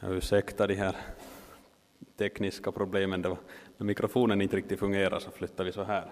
Jag ursäktar de här tekniska problemen. När mikrofonen inte riktigt fungerar så flyttar vi så här.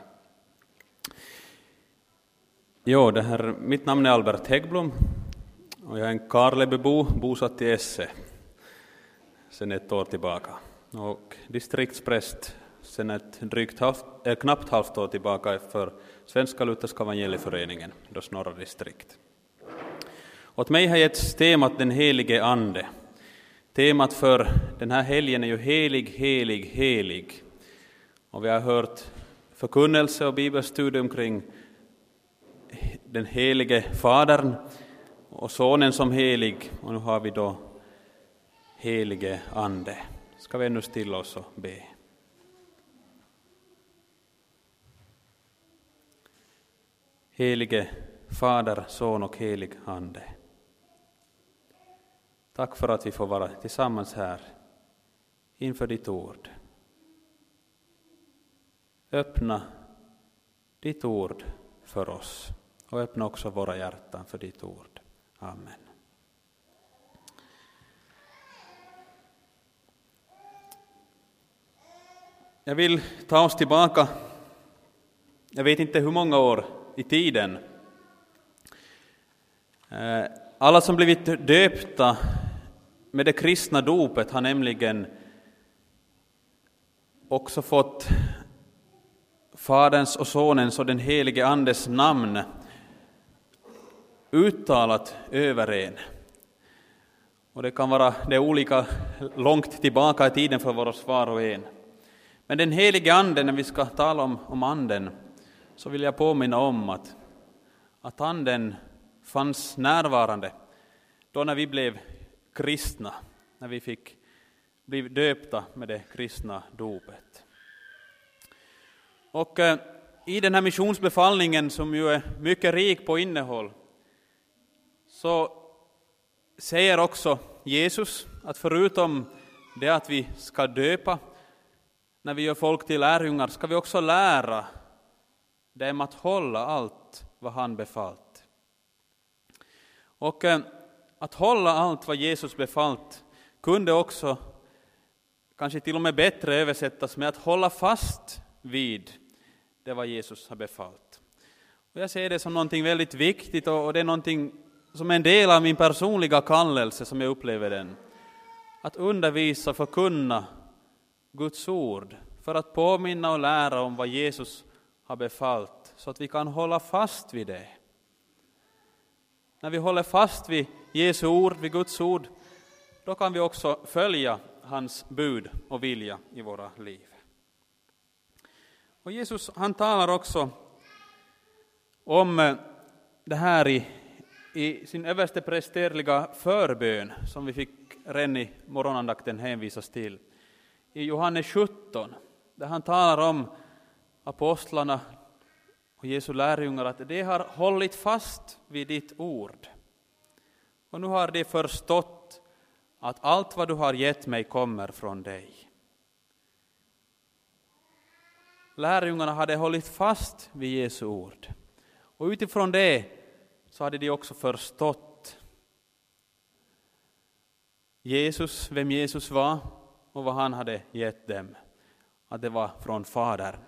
Mitt namn är Albert Häggblom och jag är en Karlebebo bosatt i Esse sedan ett år tillbaka. Och distriktspräst sedan ett knappt halvt år tillbaka för Svenska Lutherska Evangelieföreningen, Dos norra distrikt. Åt mig har getts temat den helige ande. Temat för den här helgen är ju helig, helig, helig. Och vi har hört förkunnelse och bibelstudium kring den helige fadern och sonen som helig. Och nu har vi då helige ande. Ska vi ännu stilla oss och be. Helige fader, son och helig ande. Tack för att vi får vara tillsammans här inför ditt ord. Öppna ditt ord för oss och öppna också våra hjärtan för ditt ord. Amen. Jag vill ta oss tillbaka, jag vet inte hur många år i tiden. Alla som blivit döpta med det kristna dopet har nämligen också fått Faderns och Sonens och den helige Andes namn uttalat över en. Och det kan vara det olika långt tillbaka i tiden för vår var och en. Men den helige Ande, när vi ska tala om anden, så vill jag påminna om att anden fanns närvarande då när vi blev kristna, när vi fick bli döpta med det kristna dopet. Och i den här missionsbefallningen, som ju är mycket rik på innehåll, så säger också Jesus att förutom det att vi ska döpa, när vi gör folk till lärjungar, ska vi också lära dem att hålla allt vad han befallt. Och att hålla allt vad Jesus befallt kunde också kanske till och med bättre översättas med att hålla fast vid det vad Jesus har befallt. Och jag ser det som någonting väldigt viktigt, och det är någonting som är en del av min personliga kallelse som jag upplever den. Att undervisa, förkunna Guds ord för att påminna och lära om vad Jesus har befallt, så att vi kan hålla fast vid det. När vi håller fast vid Jesu ord, vid Guds ord, då kan vi också följa hans bud och vilja i våra liv. Och Jesus, han talar också om det här i sin översteprästerliga förbön, som vi fick redan i morgonandakten hänvisas till, i Johannes 17, där han talar om apostlarna och Jesu lärjungar, att de har hållit fast vid ditt ord. Och nu har de förstått att allt vad du har gett mig kommer från dig. Lärjungarna hade hållit fast vid Jesu ord. Och utifrån det så hade de också förstått Jesus, vem Jesus var och vad han hade gett dem. Att det var från Fadern.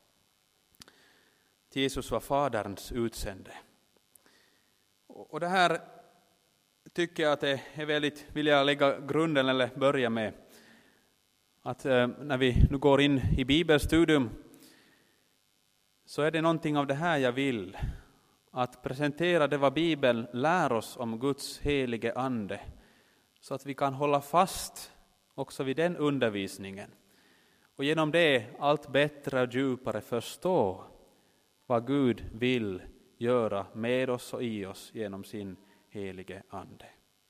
Jesus var Faderns utsände. Och det här tycker jag att det är väldigt, vill jag lägga grunden eller börja med. Att när vi nu går in i bibelstudium, så är det någonting av det här jag vill. Att presentera det vad Bibeln lär oss om Guds helige ande. Så att vi kan hålla fast också vid den undervisningen. Och genom det allt bättre och djupare förstå vad Gud vill göra med oss och i oss genom sin helige ande.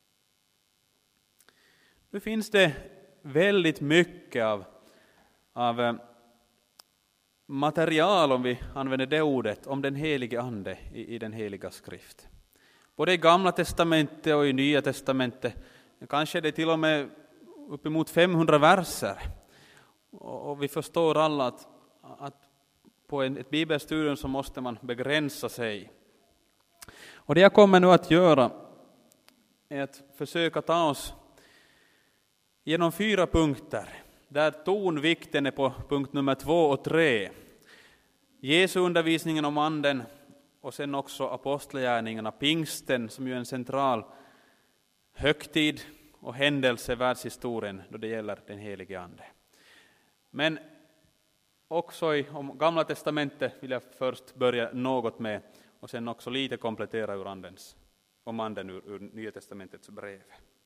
Nu finns det väldigt mycket av material, om vi använder det ordet, om den helige ande i den heliga skrift. Både i Gamla testamentet och i Nya testamentet. Kanske är det till och med uppemot 500 verser. Och vi förstår alla att på ett bibelstudium så måste man begränsa sig. Och det jag kommer nu att göra är att försöka ta oss genom 4 punkter, där tonvikten är på punkt nummer 2 och 3. Jesu undervisningen om anden och sen också apostlagärningarna, pingsten som ju är en central högtid och händelse världshistorien då det gäller den helige ande. Men också om Gamla testamentet vill jag först börja något med och sen också lite komplettera om anden ur Nya testamentets brev.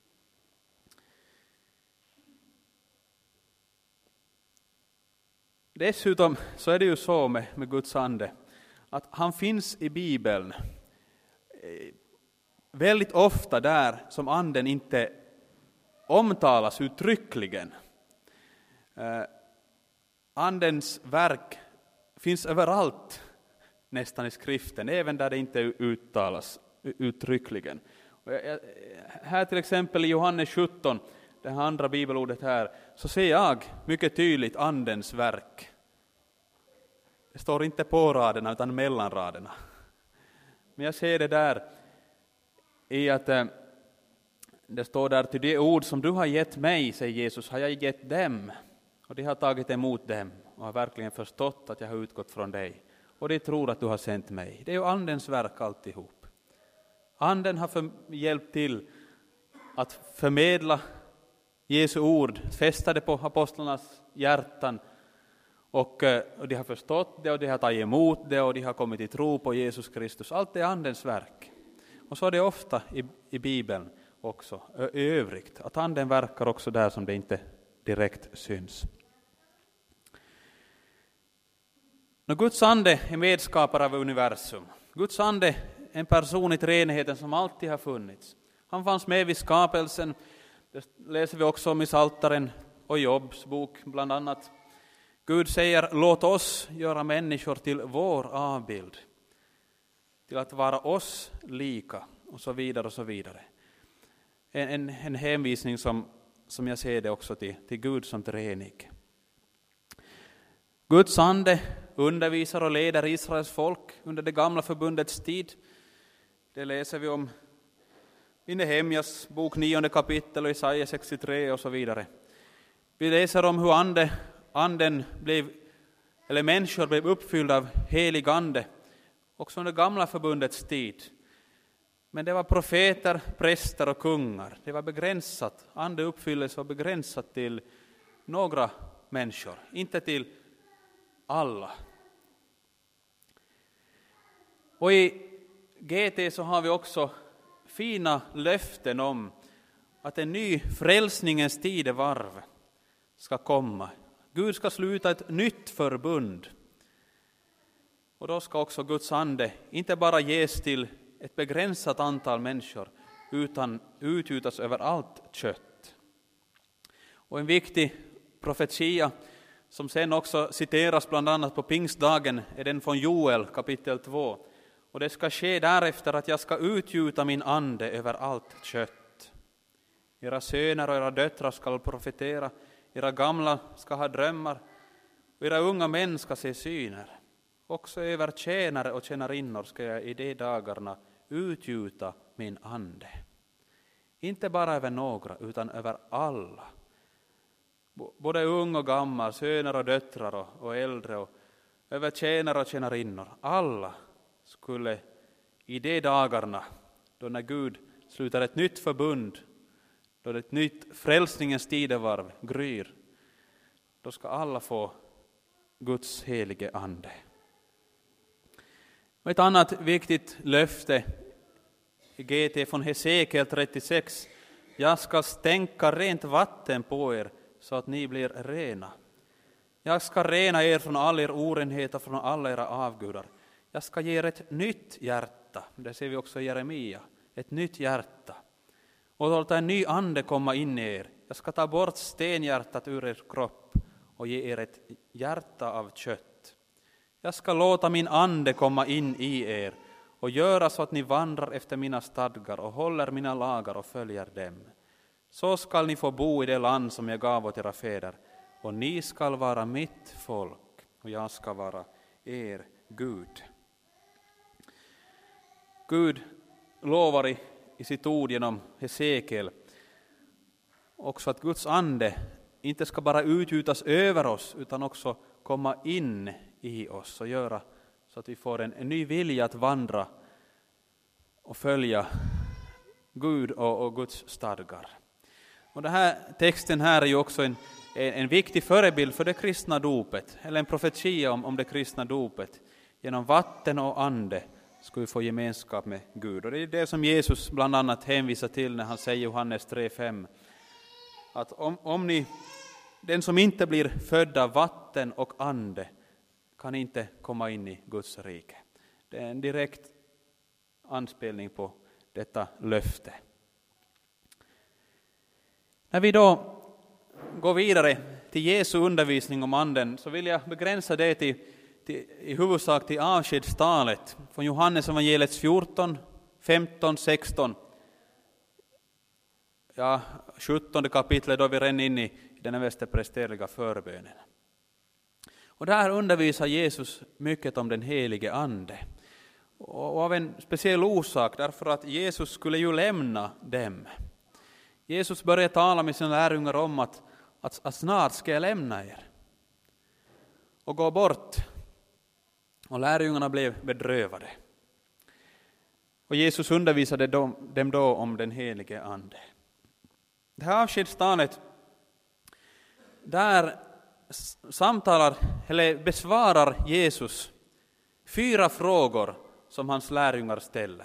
Dessutom så är det ju så med Guds ande att han finns i Bibeln väldigt ofta där som anden inte omtalas uttryckligen. Andens verk finns överallt nästan i skriften, även där det inte uttalas uttryckligen. Här till exempel i Johannes 17, det här andra bibelordet här, så ser jag mycket tydligt andens verk. Det står inte på raderna utan mellan raderna. Men jag ser det där i att det står där, till det ord som du har gett mig, säger Jesus, har jag gett dem. Och de har tagit emot dem och har verkligen förstått att jag har utgått från dig. Och de tror att du har sänt mig. Det är ju andens verk alltihop. Anden har hjälpt till att förmedla Jesu ord, fästa det på apostlarnas hjärtan. Och de har förstått det och de har tagit emot det och de har kommit till tro på Jesus Kristus. Allt är andens verk. Och så är det ofta i Bibeln också i övrigt. Att anden verkar också där som det inte direkt syns. När Guds ande är medskapare av universum. Guds ande är en person i treenigheten som alltid har funnits. Han fanns med vid skapelsen. Det läser vi också om i Psaltaren och Jobs bok bland annat. Gud säger, låt oss göra människor till vår avbild. Till att vara oss lika och så vidare och så vidare. En hänvisning som jag ser det också till Gud som treenig. Guds ande undervisar och leder Israels folk under det gamla förbundets tid. Det läser vi om i Nehemjas bok 9 kapitel och Jesaja 63 och så vidare. Vi läser om hur människor blev uppfyllda av helig ande också under gamla förbundets tid. Men det var profeter, präster och kungar. Det var begränsat. Andeuppfyllelse var begränsat till några människor, inte till alla. Och i GT så har vi också fina löften om att en ny frälsningens tidevarv ska komma. Gud ska sluta ett nytt förbund. Och då ska också Guds ande inte bara ges till ett begränsat antal människor utan utgjutas över allt kött. Och en viktig profetia som sen också citeras bland annat på pingstdagen är den från Joel kapitel 2. Och det ska ske därefter att jag ska utgjuta min ande över allt kött. Era söner och era döttrar ska profetera, era gamla ska ha drömmar och era unga män ska se syner. Också över tjänare och tjänarinnor ska jag i de dagarna utgjuta min ande. Inte bara över några utan över alla. Både ung och gammal, söner och döttrar och äldre och över tjänare och tjänarinnor. Alla skulle i de dagarna då när Gud slutar ett nytt förbund, då ett nytt frälsningens tidevarv gryr, då ska alla få Guds helige ande. Och ett annat viktigt löfte i GT från Hesekiel 36. Jag ska stänka rent vatten på er så att ni blir rena. Jag ska rena er från all er orenhet och från alla era avgudar. Jag ska ge er ett nytt hjärta. Det ser vi också i Jeremia. Ett nytt hjärta. Och låta en ny ande komma in i er. Jag ska ta bort stenhjärtat ur er kropp och ge er ett hjärta av kött. Jag ska låta min ande komma in i er och göra så att ni vandrar efter mina stadgar och håller mina lagar och följer dem. Så skall ni få bo i det land som jag gav åt era fäder, och ni skall vara mitt folk och jag ska vara er Gud. Gud lovar i sitt ord genom Hesekiel också att Guds ande inte ska bara utgjutas över oss utan också komma in i oss och göra så att vi får en ny vilja att vandra och följa Gud och Guds stadgar. Och den här texten här är ju också en viktig förebild för det kristna dopet, eller en profetia om det kristna dopet. Genom vatten och ande ska vi få gemenskap med Gud. Och det är det som Jesus bland annat hänvisar till när han säger i Johannes 3:5 att om den som inte blir född av vatten och ande kan inte komma in i Guds rike. Det är en direkt anspelning på detta löfte. När vi då går vidare till Jesu undervisning om anden så vill jag begränsa det i huvudsak till avskedstalet från Johannes evangeliets 14, 15, 16. 17 kapitlet då vi redan in i den västerprästerliga förbönen. Och där undervisar Jesus mycket om den helige ande. Och av en speciell orsak, därför att Jesus skulle ju lämna dem. Jesus började tala med sina lärjungar om att snart ska jag lämna er och gå bort. Och lärjungarna blev bedrövade. Och Jesus undervisade dem då om den helige ande. Det här avskedstalet, där besvarar Jesus 4 frågor som hans lärjungar ställer.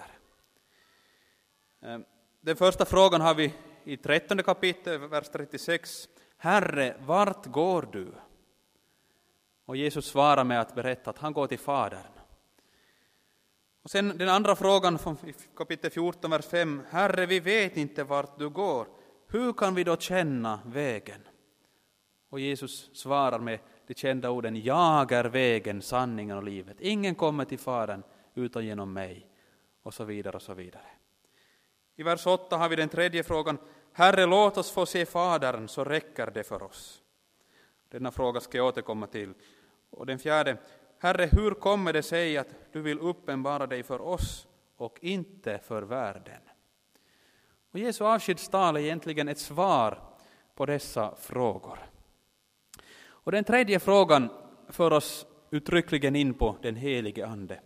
Den första frågan har vi i 13 kapitel, vers 36. Herre, vart går du? Och Jesus svarar med att berätta att han går till Fadern. Och sen den andra frågan från kapitel 14, vers 5. Herre, vi vet inte vart du går. Hur kan vi då känna vägen? Och Jesus svarar med de kända orden. Jag är vägen, sanningen och livet. Ingen kommer till Fadern utan genom mig. Och så vidare och så vidare. I vers 8 har vi den tredje frågan. Herre, låt oss få se Fadern så räcker det för oss. Denna fråga ska jag återkomma till. Och den fjärde. Herre, hur kommer det sig att du vill uppenbara dig för oss och inte för världen? Och Jesu avskedstal är egentligen ett svar på dessa frågor. Och den tredje frågan för oss uttryckligen in på den helige ande.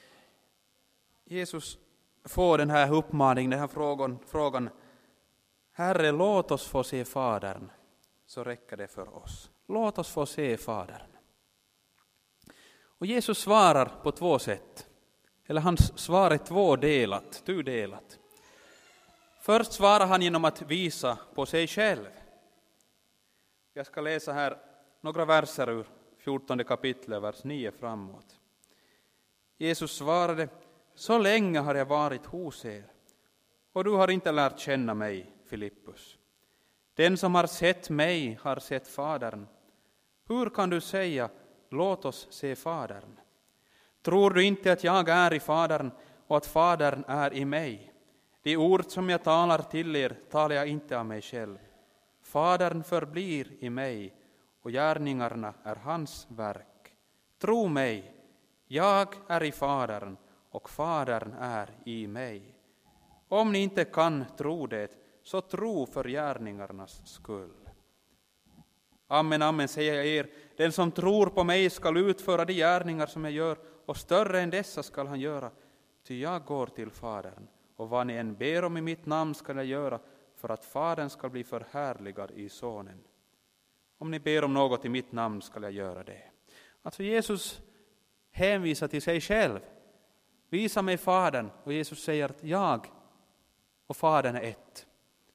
Jesus får den här uppmaningen, den här frågan. Herre, låt oss få se Fadern så räcker det för oss. Låt oss få se Fadern. Och Jesus svarar på 2 sätt. Eller hans svar är tudelat. Först svarar han genom att visa på sig själv. Jag ska läsa här några verser ur 14 kapitlet, vers 9 framåt. Jesus svarade, så länge har jag varit hos er, och du har inte lärt känna mig, Filippus. Den som har sett mig har sett Fadern. Hur kan du säga, låt oss se Fadern? Tror du inte att jag är i Fadern och att Fadern är i mig? De ord som jag talar till er talar jag inte av mig själv. Fadern förblir i mig och gärningarna är hans verk. Tro mig, jag är i Fadern och Fadern är i mig. Om ni inte kan tro det, så tro för gärningarnas skull. Amen, amen, säger jag er. Den som tror på mig skall utföra de gärningar som jag gör, och större än dessa skall han göra. Ty jag går till Fadern, och vad ni än ber om i mitt namn skall jag göra, för att Fadern skall bli förhärligad i Sonen. Om ni ber om något i mitt namn skall jag göra det. Alltså Jesus hänvisar till sig själv. Visa mig Fadern, och Jesus säger att jag och Fadern är ett.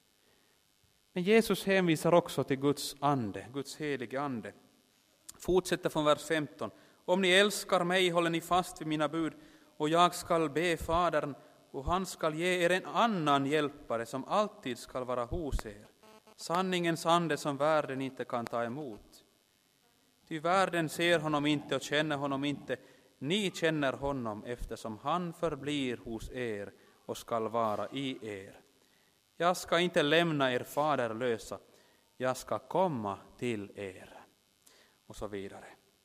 Men Jesus hänvisar också till Guds ande, Guds helige ande. Fortsätter från vers 15. Om ni älskar mig håller ni fast vid mina bud, och jag skall be Fadern, och han skall ge er en annan hjälpare som alltid skall vara hos er. Sanningens ande som världen inte kan ta emot. Ty världen ser honom inte och känner honom inte. Ni känner honom eftersom han förblir hos er och skall vara i er. Jag ska inte lämna er faderlösa. Jag ska komma till er. Och så vidare.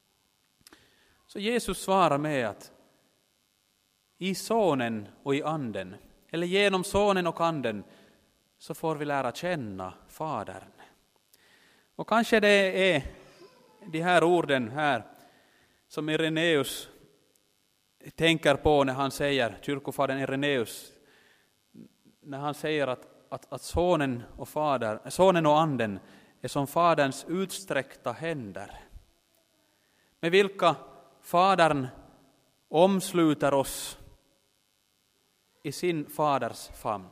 Så Jesus svarar med att i Sonen och i anden, eller genom Sonen och anden, så får vi lära känna Fadern. Och kanske det är de här orden här som Irenaeus tänker på när han säger, kyrkofadern Irenaeus, när han säger att sonen och anden är som faderns utsträckta händer, med vilka fadern omsluter oss i sin faders famn.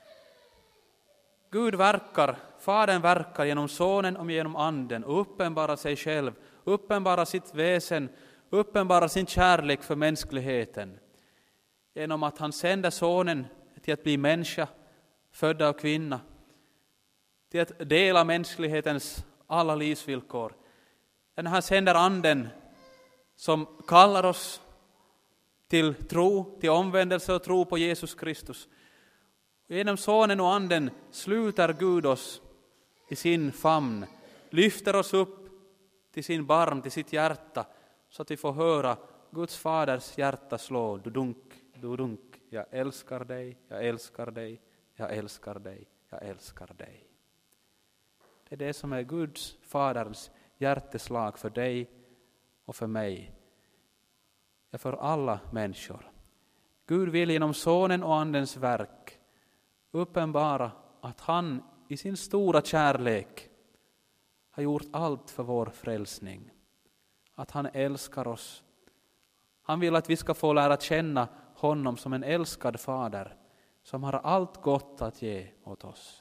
Fadern verkar genom sonen och genom anden och uppenbarar sig själv, uppenbarar sitt väsen, uppenbarar sin kärlek för mänskligheten genom att han sänder sonen till att bli människa, född av kvinna, till att dela mänsklighetens alla livsvillkor. När han sänder anden som kallar oss till tro, till omvändelse och tro på Jesus Kristus. Genom sonen och anden sluter Gud oss i sin famn, lyfter oss upp till sin barm, till sitt hjärta, så att vi får höra Guds faders hjärta slå, dudunk, dudunk. Jag älskar dig, jag älskar dig, jag älskar dig, jag älskar dig. Det är det som är Guds faderns hjärteslag för dig och för mig. Ja, för alla människor. Gud vill genom sonen och andens verk uppenbara att han i sin stora kärlek har gjort allt för vår frälsning. Att han älskar oss. Han vill att vi ska få lära känna honom som en älskad fader som har allt gott att ge åt oss.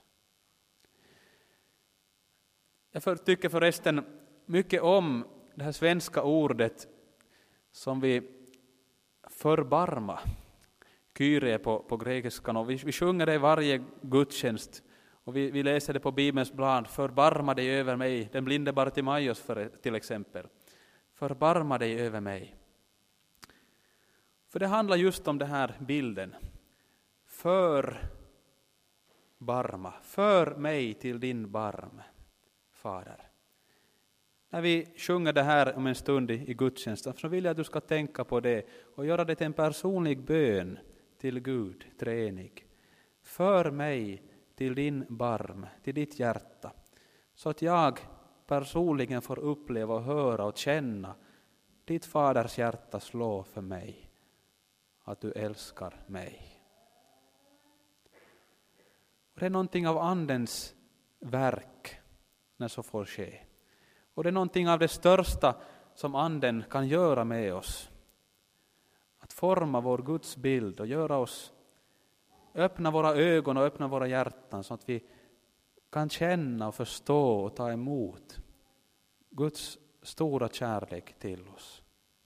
Jag tycker förresten mycket om det här svenska ordet som vi förbarma, kyrie på grekiskan, och vi sjunger det i varje gudstjänst, och vi läser det på Bibelns blad. Förbarma dig över mig, den blinde Bartimaeus till exempel. Förbarma dig över mig. För det handlar just om den här bilden. För mig till din barm, Fader. När vi sjunger det här om en stund i gudstjänsten, så vill jag att du ska tänka på det och göra det till en personlig bön till Gud, treenig. För mig till din barm, till ditt hjärta, så att jag personligen får uppleva och höra och känna ditt faders hjärta slå för mig, att du älskar mig. Och det är någonting av andens verk när så får ske. Och det är någonting av det största som anden kan göra med oss. Att forma vår Guds bild och göra oss, öppna våra ögon och öppna våra hjärtan så att vi kan känna och förstå och ta emot Guds stora kärlek till oss.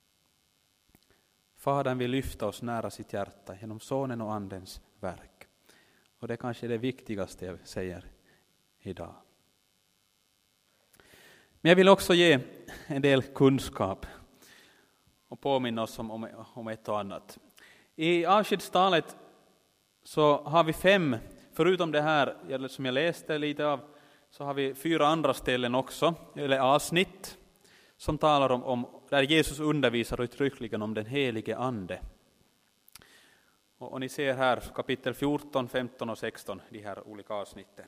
Fadern vill lyfta oss nära sitt hjärta genom sonen och andens verk. Och det är kanske det viktigaste jag säger idag. Men jag vill också ge en del kunskap och påminna oss om ett och annat. I avskedstalet så har vi 5, förutom det här som jag läste lite av, så har vi 4 andra ställen också, eller avsnitt, som talar om där Jesus undervisar uttryckligen om den helige ande. Och ni ser här kapitel 14, 15 och 16, de här olika avsnitten.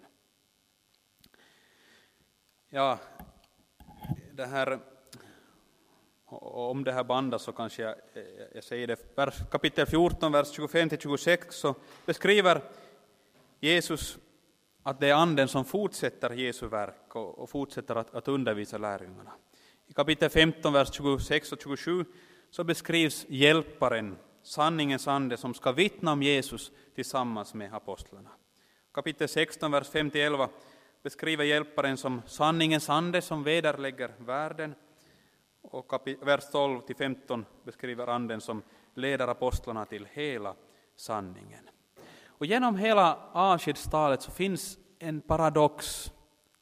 Ja, det här, om det här bandas så kanske jag säger det. Kapitel 14, vers 25-26, så beskriver Jesus att det är anden som fortsätter Jesu verk och fortsätter att undervisa lärjungarna. I kapitel 15, vers 26 och 27 så beskrivs hjälparen, sanningens ande, som ska vittna om Jesus tillsammans med apostlarna. Kapitel 16, vers 5-11 beskriver hjälparen som sanningens ande som vederlägger världen. Och vers 12-15 beskriver anden som leder apostlarna till hela sanningen. Och genom hela avskedstalet så finns en paradox.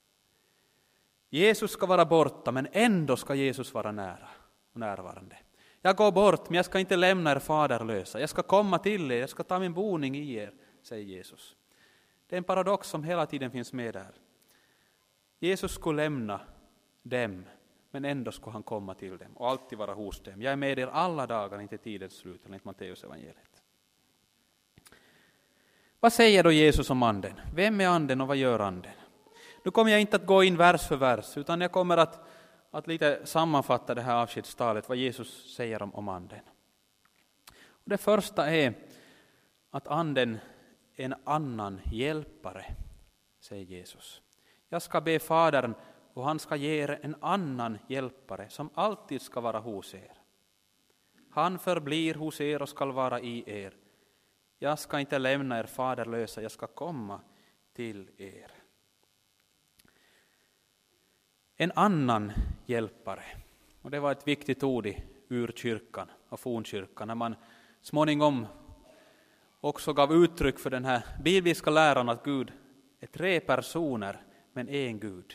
Jesus ska vara borta, men ändå ska Jesus vara nära och närvarande. Jag går bort, men jag ska inte lämna er faderlösa. Jag ska komma till er, jag ska ta min boning i er, säger Jesus. Det är en paradox som hela tiden finns med där. Jesus skulle lämna dem, men ändå skulle han komma till dem och alltid vara hos dem. Jag är med er alla dagar, inte tidens slut, enligt Matteus evangeliet. Vad säger då Jesus om anden? Vem är anden och vad gör anden? Nu kommer jag inte att gå in vers för vers, utan jag kommer att lite sammanfatta det här avskedstalet, vad Jesus säger om anden. Och det första är att anden är en annan hjälpare, säger Jesus. Jag ska be Fadern och han ska ge er en annan hjälpare som alltid ska vara hos er. Han förblir hos er och ska vara i er. Jag ska inte lämna er faderlösa, jag ska komma till er. En annan hjälpare. Och det var ett viktigt ord i urkyrkan och fornkyrkan, när man småningom också gav uttryck för den här bibliska läran att Gud är 3 personer men en Gud.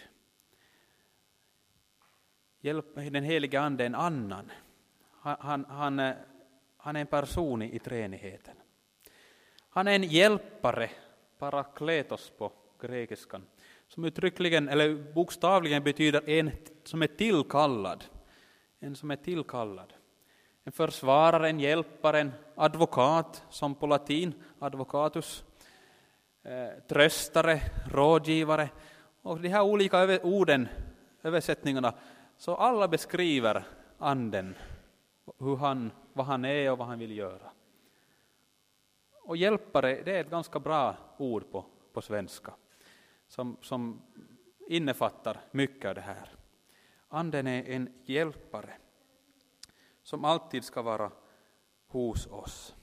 Den helige ande är en annan. Han är en person i treenigheten. Han är en hjälpare, parakletos på grekiskan, som uttryckligen eller bokstavligen betyder en som är tillkallad. En som är tillkallad. En försvarare, en hjälpare, en advokat, som på latin, advocatus, tröstare, rådgivare. Och de här olika orden, översättningarna, så alla beskriver anden, vad han är och vad han vill göra. Och hjälpare, det är ett ganska bra ord på svenska, som innefattar mycket av det här. Anden är en hjälpare som alltid ska vara hos oss.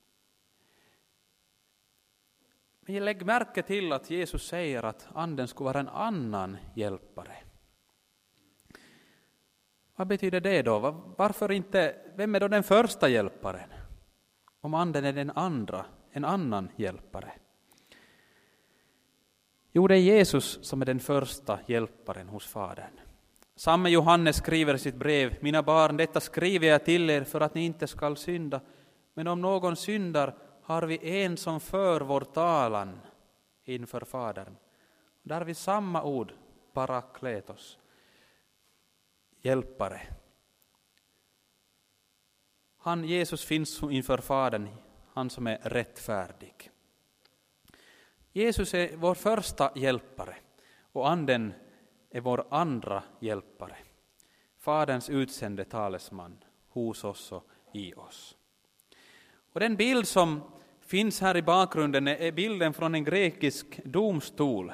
Men lägg märke till att Jesus säger att anden skulle vara en annan hjälpare. Vad betyder det då? Varför inte? Vem är då den första hjälparen? Om anden är en annan hjälpare. Jo, det är Jesus som är den första hjälparen hos Fadern. Samme Johannes skriver i sitt brev: mina barn, detta skriver jag till er för att ni inte skall synda. Men om någon syndar har vi en som för vår talan inför Fadern. Där har vi samma ord, parakletos, hjälpare. Jesus finns inför Fadern, han som är rättfärdig. Jesus är vår första hjälpare och anden är vår andra hjälpare. Faderns utsände talesman hos oss och i oss. Och den bild som finns här i bakgrunden är bilden från en grekisk domstol.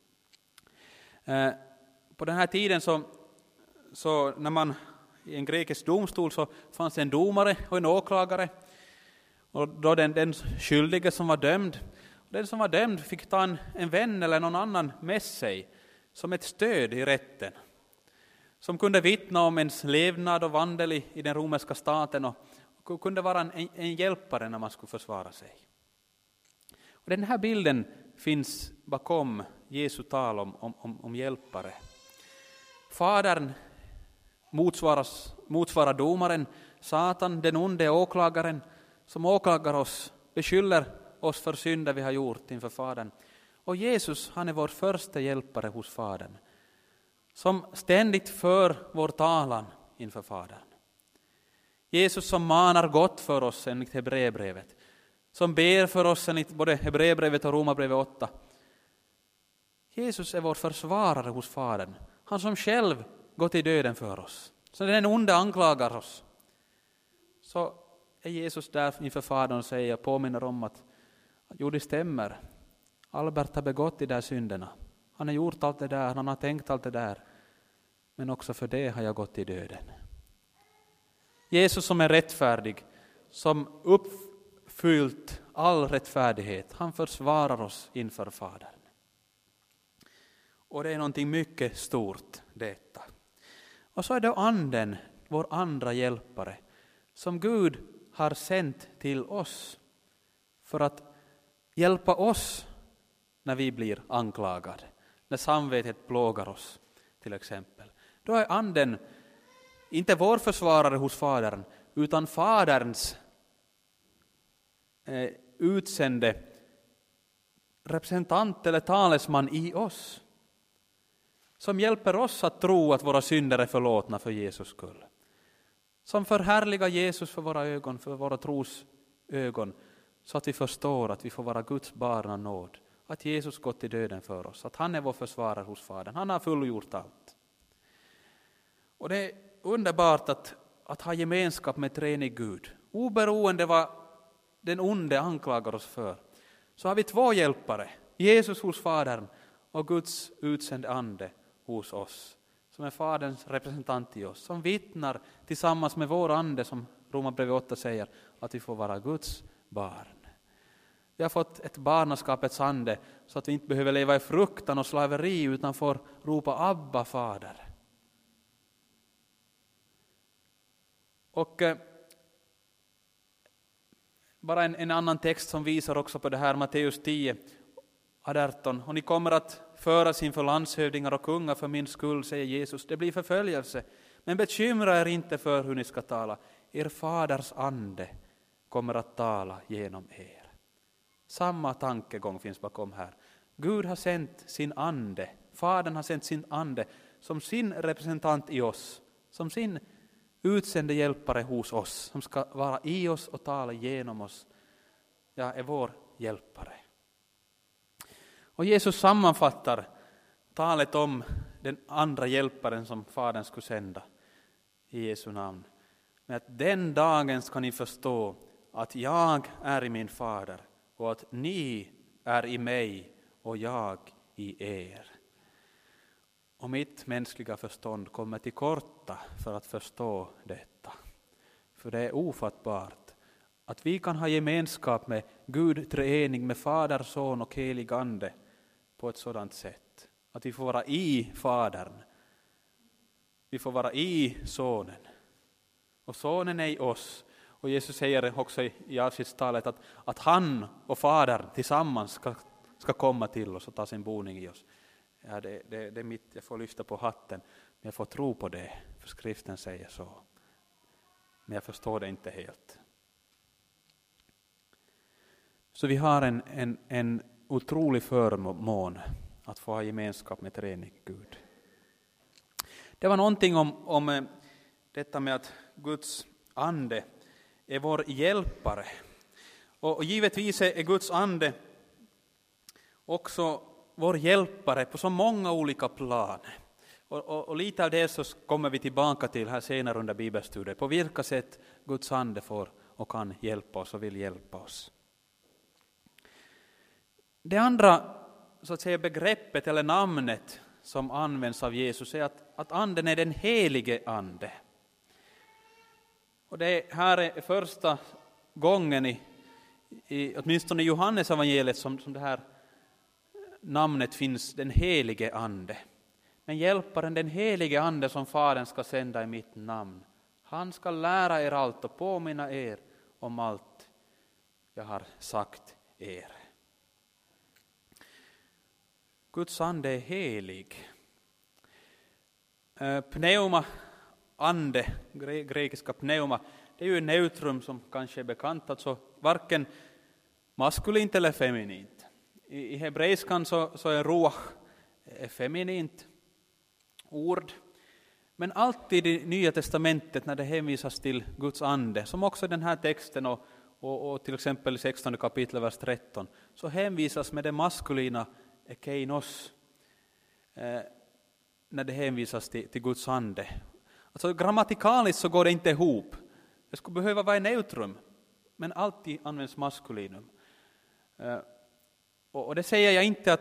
På den här tiden så när man i en grekisk domstol så fanns en domare och en åklagare. Och då den skyldige som var dömd. Den som var dömd fick ta en vän eller någon annan med sig som ett stöd i rätten. Som kunde vittna om ens levnad och vandel i den romerska staten och kunde vara en hjälpare när man skulle försvara sig. Och den här bilden finns bakom Jesu tal om hjälpare. Fadern motsvarar domaren, Satan, den onde åklagaren, som åklagar oss, beskyller oss för synder vi har gjort inför Fadern. Och Jesus, han är vår första hjälpare hos Fadern, som ständigt för vår talan inför Fadern. Jesus som manar gott för oss enligt Hebreerbrevet, som ber för oss enligt både Hebreerbrevet och Romarbrevet 8. Jesus är vår försvarare hos Fadern, han som själv gått i döden för oss. Så när den onde anklagar oss, så är Jesus där inför Fadern och säger, påminner om att jo, det stämmer. Albert har begått de där synderna. Han har gjort allt det där, han har tänkt allt det där. Men också för det har jag gått i döden. Jesus som är rättfärdig, som uppfyllt all rättfärdighet, han försvarar oss inför Fadern. Och det är någonting mycket stort detta. Och så är det anden, vår andra hjälpare, som Gud har sänt till oss för att hjälpa oss när vi blir anklagade, när samvetet plågar oss till exempel. Då är anden inte vår försvarare hos Fadern, utan Faderns utsände representant eller talesman i oss, som hjälper oss att tro att våra synder är förlåtna för Jesus skull. Som förhärligar Jesus för våra ögon, för våra tros ögon, så att vi förstår att vi får vara Guds barn av nåd. Att Jesus gått i döden för oss. Att han är vår försvarare hos Fadern. Han har fullgjort allt. Och det är underbart att ha gemenskap med treenig Gud. Oberoende vad den onde anklagar oss för. Så har vi två hjälpare. Jesus hos Fadern och Guds utsände ande hos oss. Som är Faderns representant i oss. Som vittnar tillsammans med vår ande, som Romarbrevet 8 säger, att vi får vara Guds barn. Vi har fått ett barnaskapets ande så att vi inte behöver leva i fruktan och slaveri utan får ropa Abba, Fader. Och bara en annan text som visar också på det här, Matteus 10, 18. Och ni kommer att föras inför landshövdingar och kungar för min skull, säger Jesus. Det blir förföljelse. Men bekymra er inte för hur ni ska tala. Er faders ande kommer att tala genom er. Samma tankegång finns bakom här. Gud har sänt sin ande. Fadern har sänt sin ande som sin representant i oss. Som sin utsände hjälpare hos oss. Som ska vara i oss och tala genom oss. Ja, är vår hjälpare. Och Jesus sammanfattar talet om den andra hjälparen som Fadern skulle sända i Jesu namn. Men att den dagen ska ni förstå att jag är i min Fader och att ni är i mig och jag i er. Och mitt mänskliga förstånd kommer till korta för att förstå detta. För det är ofattbart att vi kan ha gemenskap med Gud treenig, med Fader, Son och helig ande på ett sådant sätt. Att vi får vara i Fadern. Vi får vara i Sonen. Och Sonen är i oss. Och Jesus säger också i avskedstalet att han och Fadern tillsammans ska komma till oss och ta sin boning i oss. Ja, det är mitt, jag får lyfta på hatten. Men jag får tro på det, för skriften säger så. Men jag förstår det inte helt. Så vi har en otrolig förmån att få ha gemenskap med treenig Gud. Det var någonting om detta med att Guds ande är vår hjälpare. Och givetvis är Guds ande också vår hjälpare på så många olika plan. Och lite av det så kommer vi tillbaka till här senare under bibelstudiet. På vilka sätt Guds ande får och kan hjälpa oss och vill hjälpa oss. Det andra så att säga begreppet eller namnet som används av Jesus är att anden är den helige ande. Och det här är första gången i åtminstone i Johannes evangeliet som det här namnet finns, den helige ande. Men hjälparen, den helige ande som Fadern ska sända i mitt namn, han ska lära er allt och påminna er om allt jag har sagt er. Guds ande är helig. Pneuma, ande, grekiska pneuma, det är ju en neutrum som kanske är bekant, alltså varken maskulint eller feminint. I hebreiskan så är ruach feminint ord, men alltid i Nya testamentet när det hänvisas till Guds ande, som också den här texten och till exempel i 16 kapitel vers 13, så hänvisas med det maskulina ekeinos när det hänvisas till Guds ande. Alltså grammatikaliskt så går det inte ihop. Det skulle behöva vara en neutrum, men alltid används maskulinum. Och det säger jag inte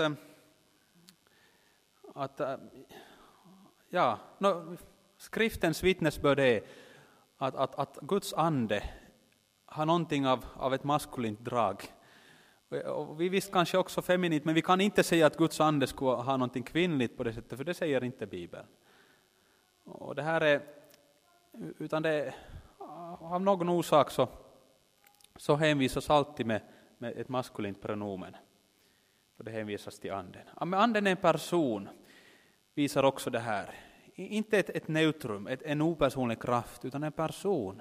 skriftens vittnesbörd är att Guds ande har någonting av ett maskulint drag. Och vi visst kanske också feminint, men vi kan inte säga att Guds ande skulle ha någonting kvinnligt på det sättet, för det säger inte Bibeln. Och det här är, utan det av någon orsak så hänvisas alltid med ett maskulint pronomen. Och det hänvisas till anden. Men anden är en person, visar också det här. Inte ett neutrum, en opersonlig kraft, utan en person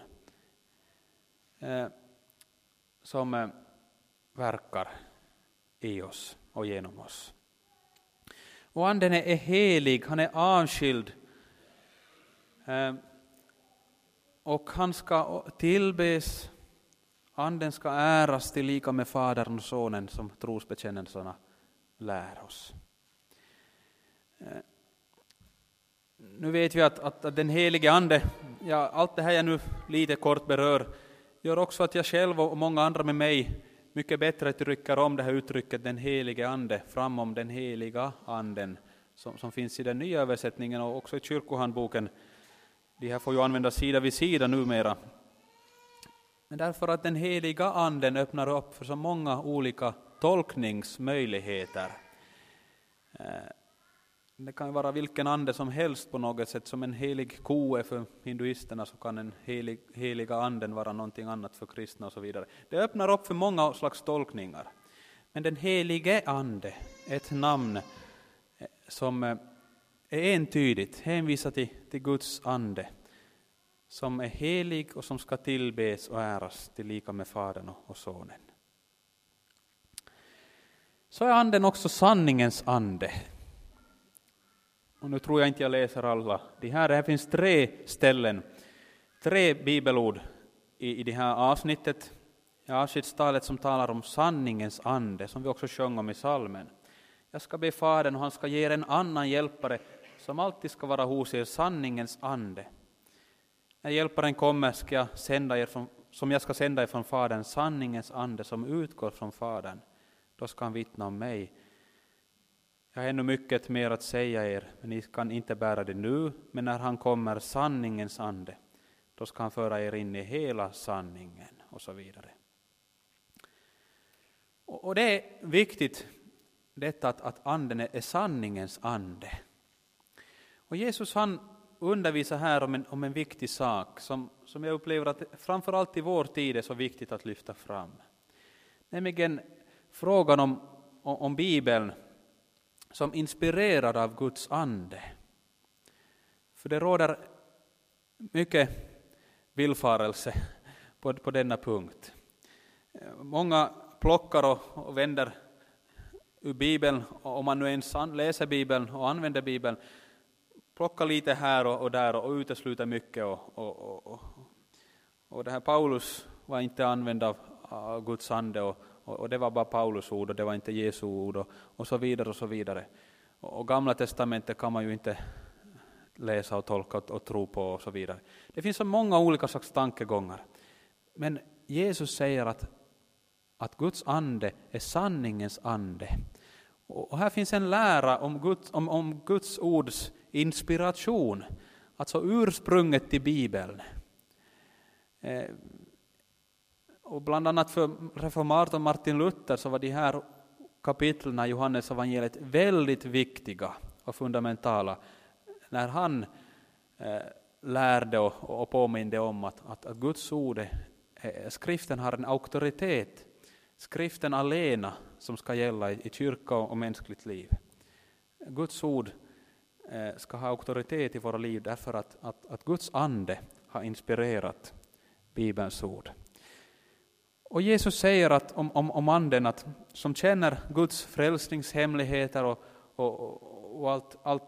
som verkar i oss och genom oss. Och anden är helig, han är avskild. Och han ska tillbes Anden ska äras till lika med Fadern och Sonen, som trosbekännelserna lär oss. Nu vet vi att den helige Ande, ja, allt det här jag nu lite kort berör, gör också att jag själv och många andra med mig mycket bättre trycker om det här uttrycket den helige Ande framom den heliga Anden, som finns i den nya översättningen och också i kyrkohandboken. De här får ju användas sida vid sida numera. Men därför att den heliga Anden öppnar upp för så många olika tolkningsmöjligheter. Det kan vara vilken ande som helst på något sätt. Som en helig ko är för hinduisterna, så kan en heliga anden vara någonting annat för kristna och så vidare. Det öppnar upp för många slags tolkningar. Men den helige ande är ett namn som är entydigt hänvisar till Guds ande, som är helig och som ska tillbes och äras till lika med Fadern och Sonen. Så är anden också sanningens ande. Och nu tror jag inte jag läser alla. Det här finns 3 ställen, 3 bibelord i det här avsnittet. I avskedstalet som talar om sanningens ande, som vi också sjöng om i salmen. Jag ska be Fadern och han ska ge er en annan hjälpare som alltid ska vara hos er, sanningens ande. När hjälparen kommer ska jag sända er som jag ska sända er från Fadern, sanningens ande som utgår från Fadern. Då ska han vittna om mig. Jag har ännu mycket mer att säga er, men ni kan inte bära det nu. Men när han kommer, sanningens ande, då ska han föra er in i hela sanningen och så vidare. Och det är viktigt detta att anden är sanningens ande. Och Jesus han undervisar här om en viktig sak som jag upplever att framförallt i vår tid är så viktigt att lyfta fram. Nämligen frågan om Bibeln som inspirerad av Guds ande. För det råder mycket villfarelse på denna punkt. Många plockar och vänder ur Bibeln, och om man nu ens läser Bibeln och använder Bibeln, plockar lite här och där och utesluter mycket. Och det här Paulus var inte använd av Guds ande och det var bara Paulus ord och det var inte Jesu ord och så vidare och så vidare. Och Gamla testamentet kan man ju inte läsa och tolka och tro på och så vidare. Det finns så många olika slags tankegångar. Men Jesus säger att Guds ande är sanningens ande. Och här finns en lära om Guds ords inspiration, alltså ursprunget till Bibeln. Och bland annat för reformatorn Martin Luther så var de här kapitlen i Johannes evangeliet väldigt viktiga och fundamentala när han lärde och påminde om att Guds ord, skriften har en auktoritet, skriften alena som ska gälla i kyrka och mänskligt liv. Guds ord ska ha auktoritet i våra liv därför att Guds ande har inspirerat Bibelns ord. Och Jesus säger att om anden att som känner Guds frälsningshemligheter och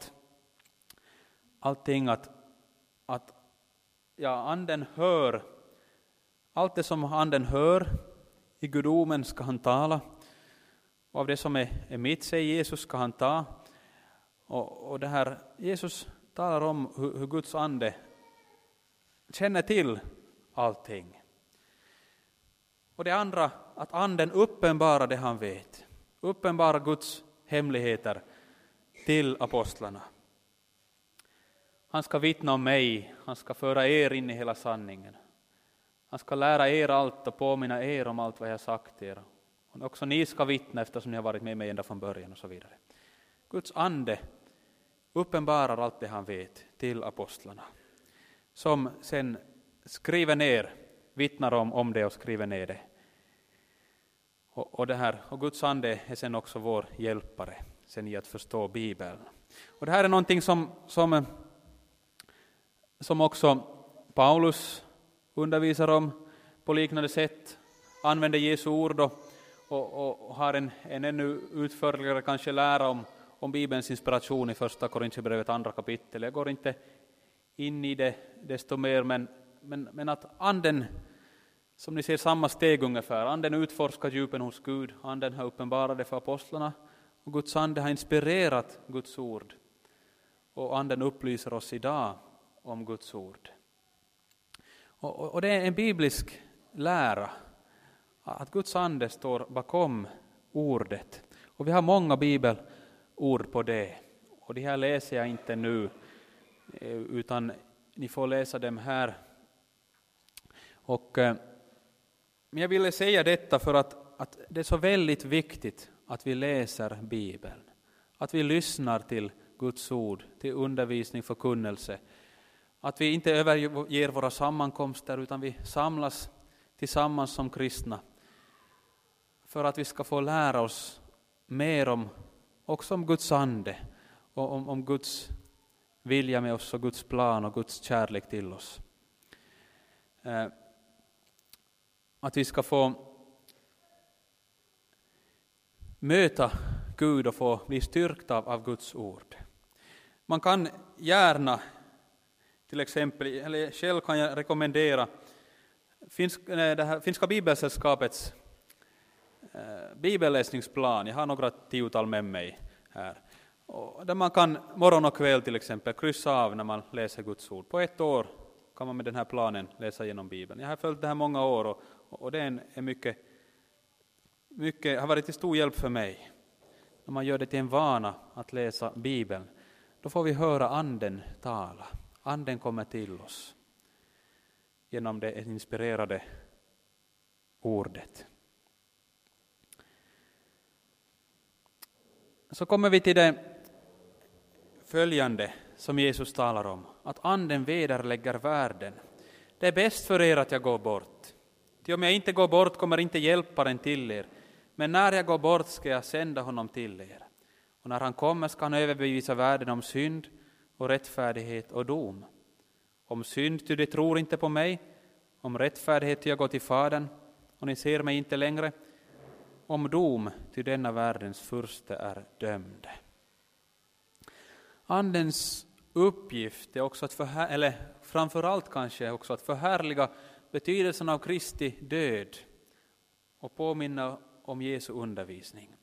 allting att anden hör, allt det som anden hör i gudomen ska han tala, och av det som är mitt, säger Jesus, ska han ta. Och det här Jesus talar om hur Guds ande känner till allting. Och det andra, att anden uppenbarar det han vet. Uppenbarar Guds hemligheter till apostlarna. Han ska vittna om mig. Han ska föra er in i hela sanningen. Han ska lära er allt och påminna er om allt vad jag sagt er. Och också ni ska vittna eftersom ni har varit med mig ända från början och så vidare. Guds ande uppenbarar allt det han vet till apostlarna. Som sen skriver ner, vittnar om det och skriver ner det. Och det här, och Guds ande är sen också vår hjälpare sen i att förstå Bibeln. Och det här är någonting som också Paulus undervisar om på liknande sätt, använder Jesu ord och har en ännu utförligare kanske lära om Bibelns inspiration i första Korintierbrevet 2 kapitel. Jag går inte in i det desto mer, men att anden Som ni ser samma steg ungefär. Anden utforskar djupen hos Gud. Anden har uppenbarat det för apostlarna. Och Guds ande har inspirerat Guds ord. Och anden upplyser oss idag om Guds ord. Och det är en biblisk lära att Guds ande står bakom ordet. Och vi har många bibelord på det. Och de här läser jag inte nu, utan ni får läsa dem här. Men jag ville säga detta för att det är så väldigt viktigt att vi läser Bibeln. Att vi lyssnar till Guds ord, till undervisning, förkunnelse. Att vi inte överger våra sammankomster utan vi samlas tillsammans som kristna. För att vi ska få lära oss mer också om Guds ande. Och om Guds vilja med oss och Guds plan och Guds kärlek till oss. Att vi ska få möta Gud och få bli styrkta av Guds ord. Man kan gärna, till exempel, eller själv kan jag rekommendera Finska Bibelsällskapets bibelläsningsplan. Jag har några tiotal med mig här. Och där man kan morgon och kväll till exempel kryssa av när man läser Guds ord. På ett år kan man med den här planen läsa igenom Bibeln. Jag har följt det här många år och det är mycket har varit till stor hjälp för mig. När man gör det till en vana att läsa Bibeln, då får vi höra anden tala. Anden kommer till oss genom det inspirerade ordet. Så kommer vi till det följande som Jesus talar om. Att anden vederlägger världen. Det är bäst för er att jag går bort. Ty om jag inte går bort kommer inte hjälparen till er. Men när jag går bort ska jag sända honom till er. Och när han kommer ska han överbevisa världen om synd och rättfärdighet och dom. Om synd, ty de tror inte på mig. Om rättfärdighet, ty jag går till Fadern och ni ser mig inte längre. Om dom, ty denna världens furste är dömd. Andens uppgift är också att framförallt kanske också att förhärliga betydelsen av Kristi död och påminna om Jesu undervisning.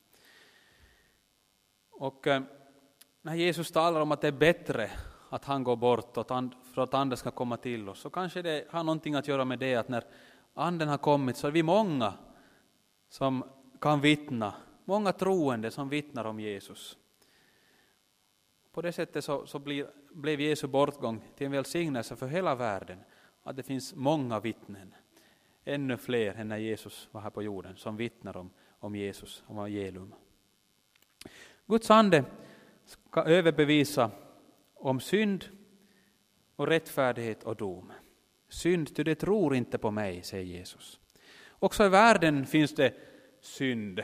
Och när Jesus talar om att det är bättre att han går bort för att anden ska komma till oss, så kanske det har någonting att göra med det att när anden har kommit så är vi många som kan vittna, många troende som vittnar om Jesus. På det sättet så blev Jesu bortgång till en välsignelse för hela världen, att det finns många vittnen, ännu fler än när Jesus var här på jorden, som vittnar om Jesus, om evangelium. Guds ande ska överbevisa om synd och rättfärdighet och dom. Synd, ty det tror inte på mig, säger Jesus. Också i världen finns det synd.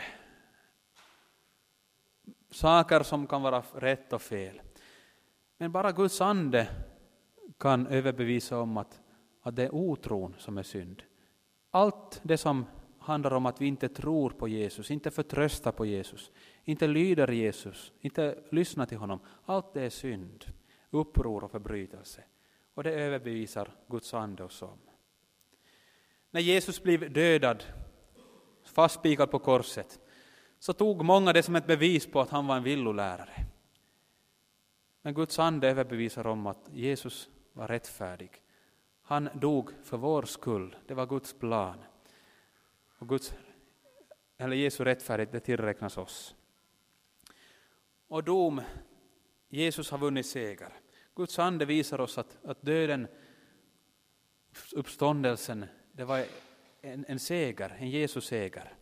Saker som kan vara rätt och fel. Men bara Guds ande kan överbevisa om att det är otron som är synd. Allt det som handlar om att vi inte tror på Jesus, inte förtröstar på Jesus, inte lyder Jesus, inte lyssnar till honom. Allt det är synd, uppror och förbrytelse. Och det överbevisar Guds ande oss om. När Jesus blev dödad, fastspikad på korset, så tog många det som ett bevis på att han var en villolärare. Men Guds ande överbevisar om att Jesus var rättfärdig. Han dog för vår skull. Det var Guds plan. Och Jesu rättfärdighet, det tillräknas oss. Och dom, Jesus har vunnit seger. Guds ande visar oss att döden, uppståndelsen, det var en seger, en Jesu seger.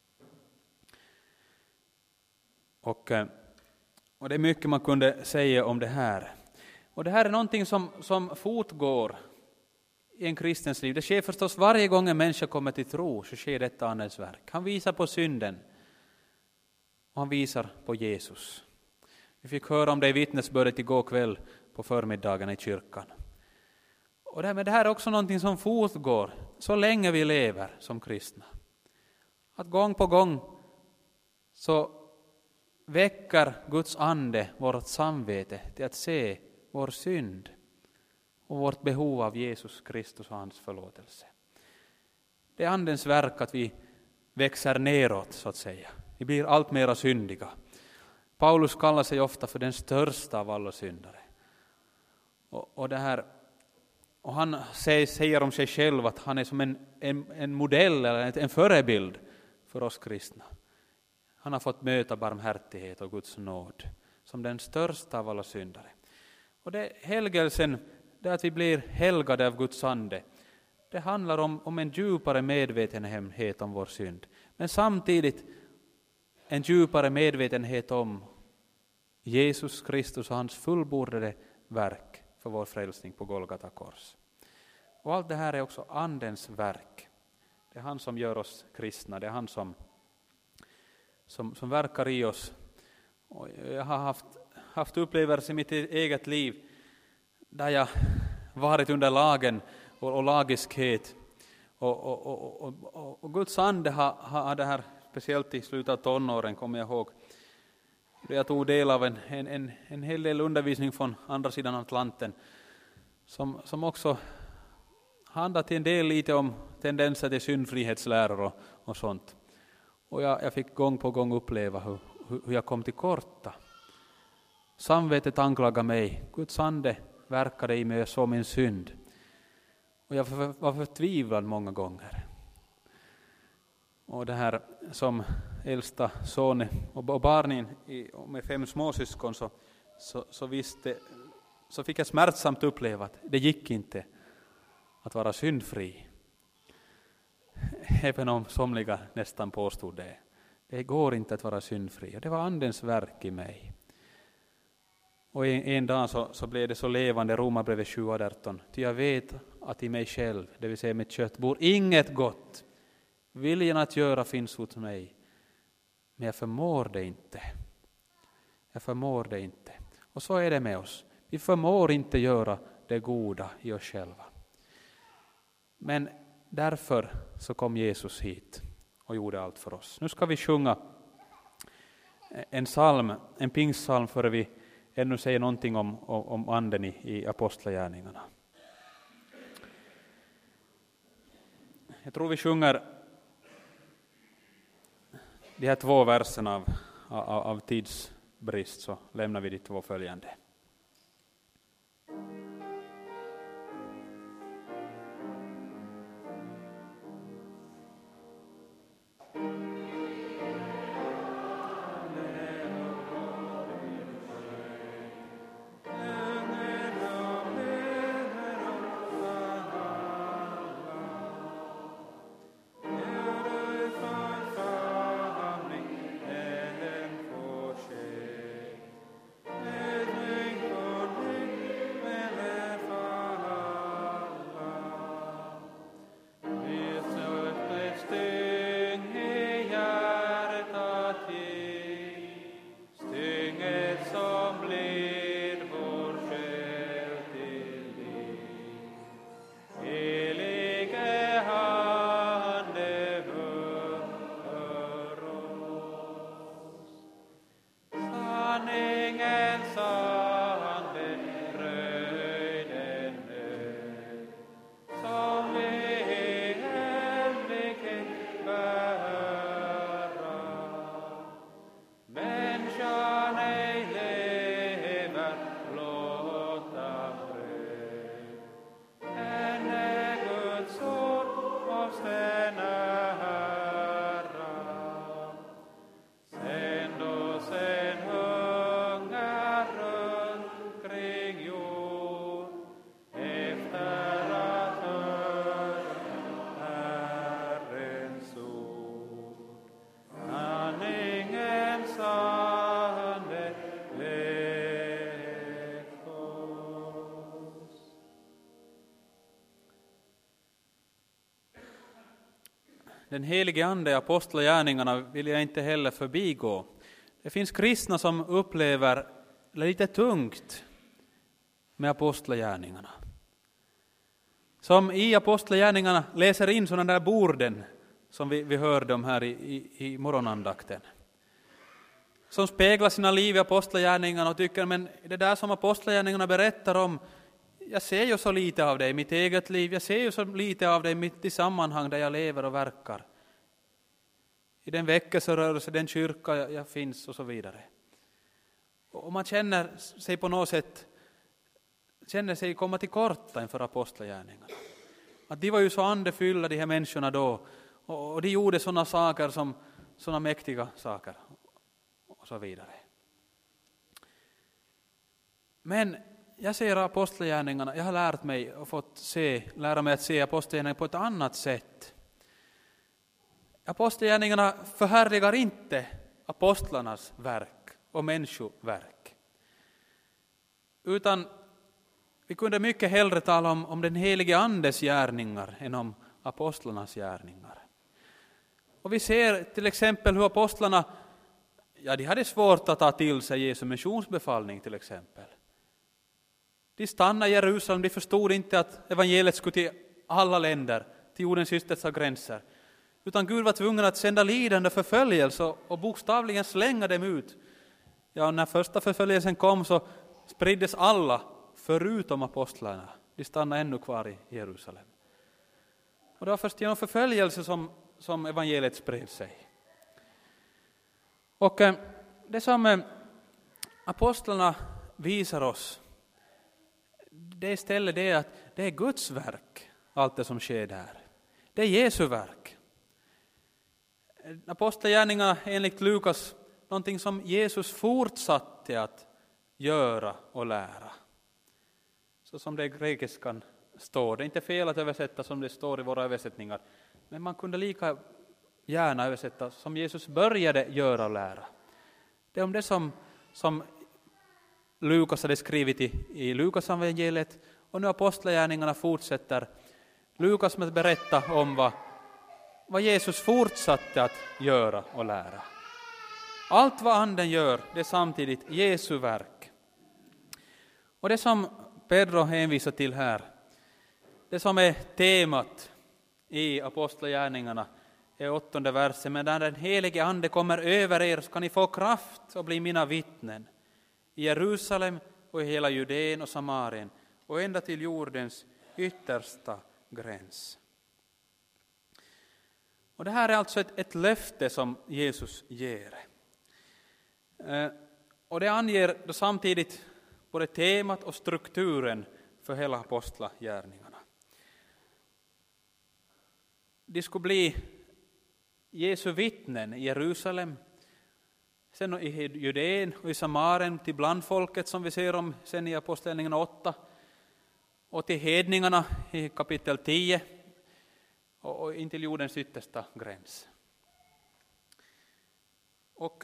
Och det är mycket man kunde säga om det här. Och det här är någonting som fortgår i en kristens liv. Det sker förstås varje gång en människa kommer till tro, så sker detta andens verk. Han visar på synden och han visar på Jesus. Vi fick höra om det i vittnesbördet igår kväll på förmiddagen i kyrkan. Men det här är också någonting som fortgår så länge vi lever som kristna. Att gång på gång så väcker Guds ande vårt samvete till att se vår synd och vårt behov av Jesus Kristus och hans förlåtelse. Det är andens verk att vi växer neråt, så att säga. Vi blir allt mera syndiga. Paulus kallar sig ofta för den största av alla syndare. Och han säger om sig själv att han är som en modell eller en förebild för oss kristna. Han har fått möta barmhärtighet och Guds nåd som den största av alla syndare. Och det helgelsen, det är att vi blir helgade av Guds ande. Det handlar om en djupare medvetenhet om vår synd. Men samtidigt en djupare medvetenhet om Jesus Kristus och hans fullbordade verk för vår frälsning på Golgata kors. Och allt det här är också andens verk. Det är han som gör oss kristna. Det är han som verkar i oss. Och jag har haft upplevelser i mitt eget liv där jag varit under lagen och lagiskhet. Och Guds ande har det här, speciellt i slutet av tonåren, kommer jag ihåg. Jag tog del av en hel del undervisning från andra sidan Atlanten som också handlade till en del lite om tendenser till syndfrihetsläror och sånt. Och jag fick gång på gång uppleva hur jag kom till korta. Samvetet anklagade mig. Guds ande verkade i mig som min synd. Och jag var förtvivlad många gånger. Och det här som äldsta son och barnen med 5 småsyskon så fick jag smärtsamt uppleva att det gick inte att vara syndfri. Även om somliga nästan påstod det. Det går inte att vara syndfri. Och det var andens verk i mig. Och en dag så blev det så levande, Romarbrevet 7:18. Ty jag vet att i mig själv, det vill säga mitt kött, bor inget gott. Viljan att göra finns hos mig. Men jag förmår det inte. Jag förmår det inte. Och så är det med oss. Vi förmår inte göra det goda i oss själva. Men därför så kom Jesus hit och gjorde allt för oss. Nu ska vi sjunga en pingstsalm före vi ännu säger någonting om anden i apostlagärningarna. Jag tror vi sjunger de här 2 verserna av tidsbrist, så lämnar vi de 2 följande. Den helige ande i apostlagärningarna vill jag inte heller förbigå. Det finns kristna som upplever lite tungt med apostlagärningarna. Som i apostlagärningarna läser in sådana där borden som vi hörde om här i morgonandakten. Som speglar sina liv i apostlagärningarna och tycker, men det där som apostlagärningarna berättar om, jag ser ju så lite av det i mitt eget liv. Jag ser ju så lite av det i mitt sammanhang där jag lever och verkar. I den väckelserörelse, den kyrka jag finns och så vidare. Och man känner sig på något sätt komma till korta inför apostlagärningarna. Att de var ju så andefyllda, de här människorna då. Och de gjorde sådana saker som sådana mäktiga saker och så vidare. Men jag ser apostlagärningarna, jag har lärt mig och lära mig att se apostlagärningarna på ett annat sätt. Apostlagärningarna förhärligar inte apostlarnas verk och människoverk. Utan vi kunde mycket hellre tala om den helige andes gärningar än om apostlarnas gärningar. Och vi ser till exempel hur apostlarna, de hade svårt att ta till sig Jesu missionsbefallning till exempel. De stannade i Jerusalem, de förstod inte att evangeliet skulle till alla länder, till jordens yttersta gränser. Utan Gud var tvungen att sända lidande förföljelse och bokstavligen slänga dem ut. Ja, när första förföljelsen kom så spriddes alla förutom apostlarna. De stannade ännu kvar i Jerusalem. Och det var först genom förföljelse som evangeliet spred sig. Och det som apostlarna visar oss, det är istället det att det är Guds verk, allt det som sker där. Det är Jesu verk. Apostlagärningarna enligt Lukas, någonting som Jesus fortsatte att göra och lära. Så som det i grekiskan står. Det är inte fel att översätta som det står i våra översättningar. Men man kunde lika gärna översätta som Jesus började göra och lära. Det är om det som Lukas hade skrivit i Lukas evangeliet. Och nu apostlagärningarna fortsätter Lukas med att berätta om vad Jesus fortsatte att göra och lära. Allt vad anden gör, det är samtidigt Jesu verk. Och det som Pedro hänvisar till här, det som är temat i apostlagärningarna är 8:e versen. Men när den helige ande kommer över er ska ni få kraft och bli mina vittnen i Jerusalem och i hela Judeen och Samarien och ända till jordens yttersta gräns. Och det här är alltså ett löfte som Jesus ger. Och det anger då samtidigt både temat och strukturen för hela apostlagärningarna. De skulle bli Jesu vittnen i Jerusalem, sen i Judeen och i Samarien till blandfolket som vi ser om sen i apostlagärningarna 8 och till hedningarna i kapitel 10 och in till jordens yttersta gräns. Och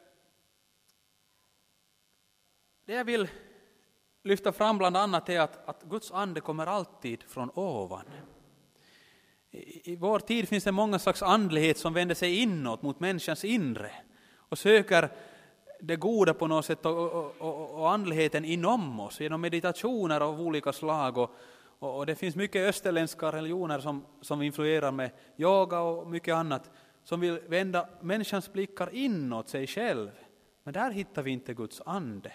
det jag vill lyfta fram bland annat är att Guds ande kommer alltid från ovan. I vår tid finns det många slags andlighet som vänder sig inåt mot människans inre och söker det goda på något sätt och andligheten inom oss genom meditationer av olika slag och det finns mycket österländska religioner som influerar med yoga och mycket annat som vill vända människans blickar inåt sig själv. Men där hittar vi inte Guds ande.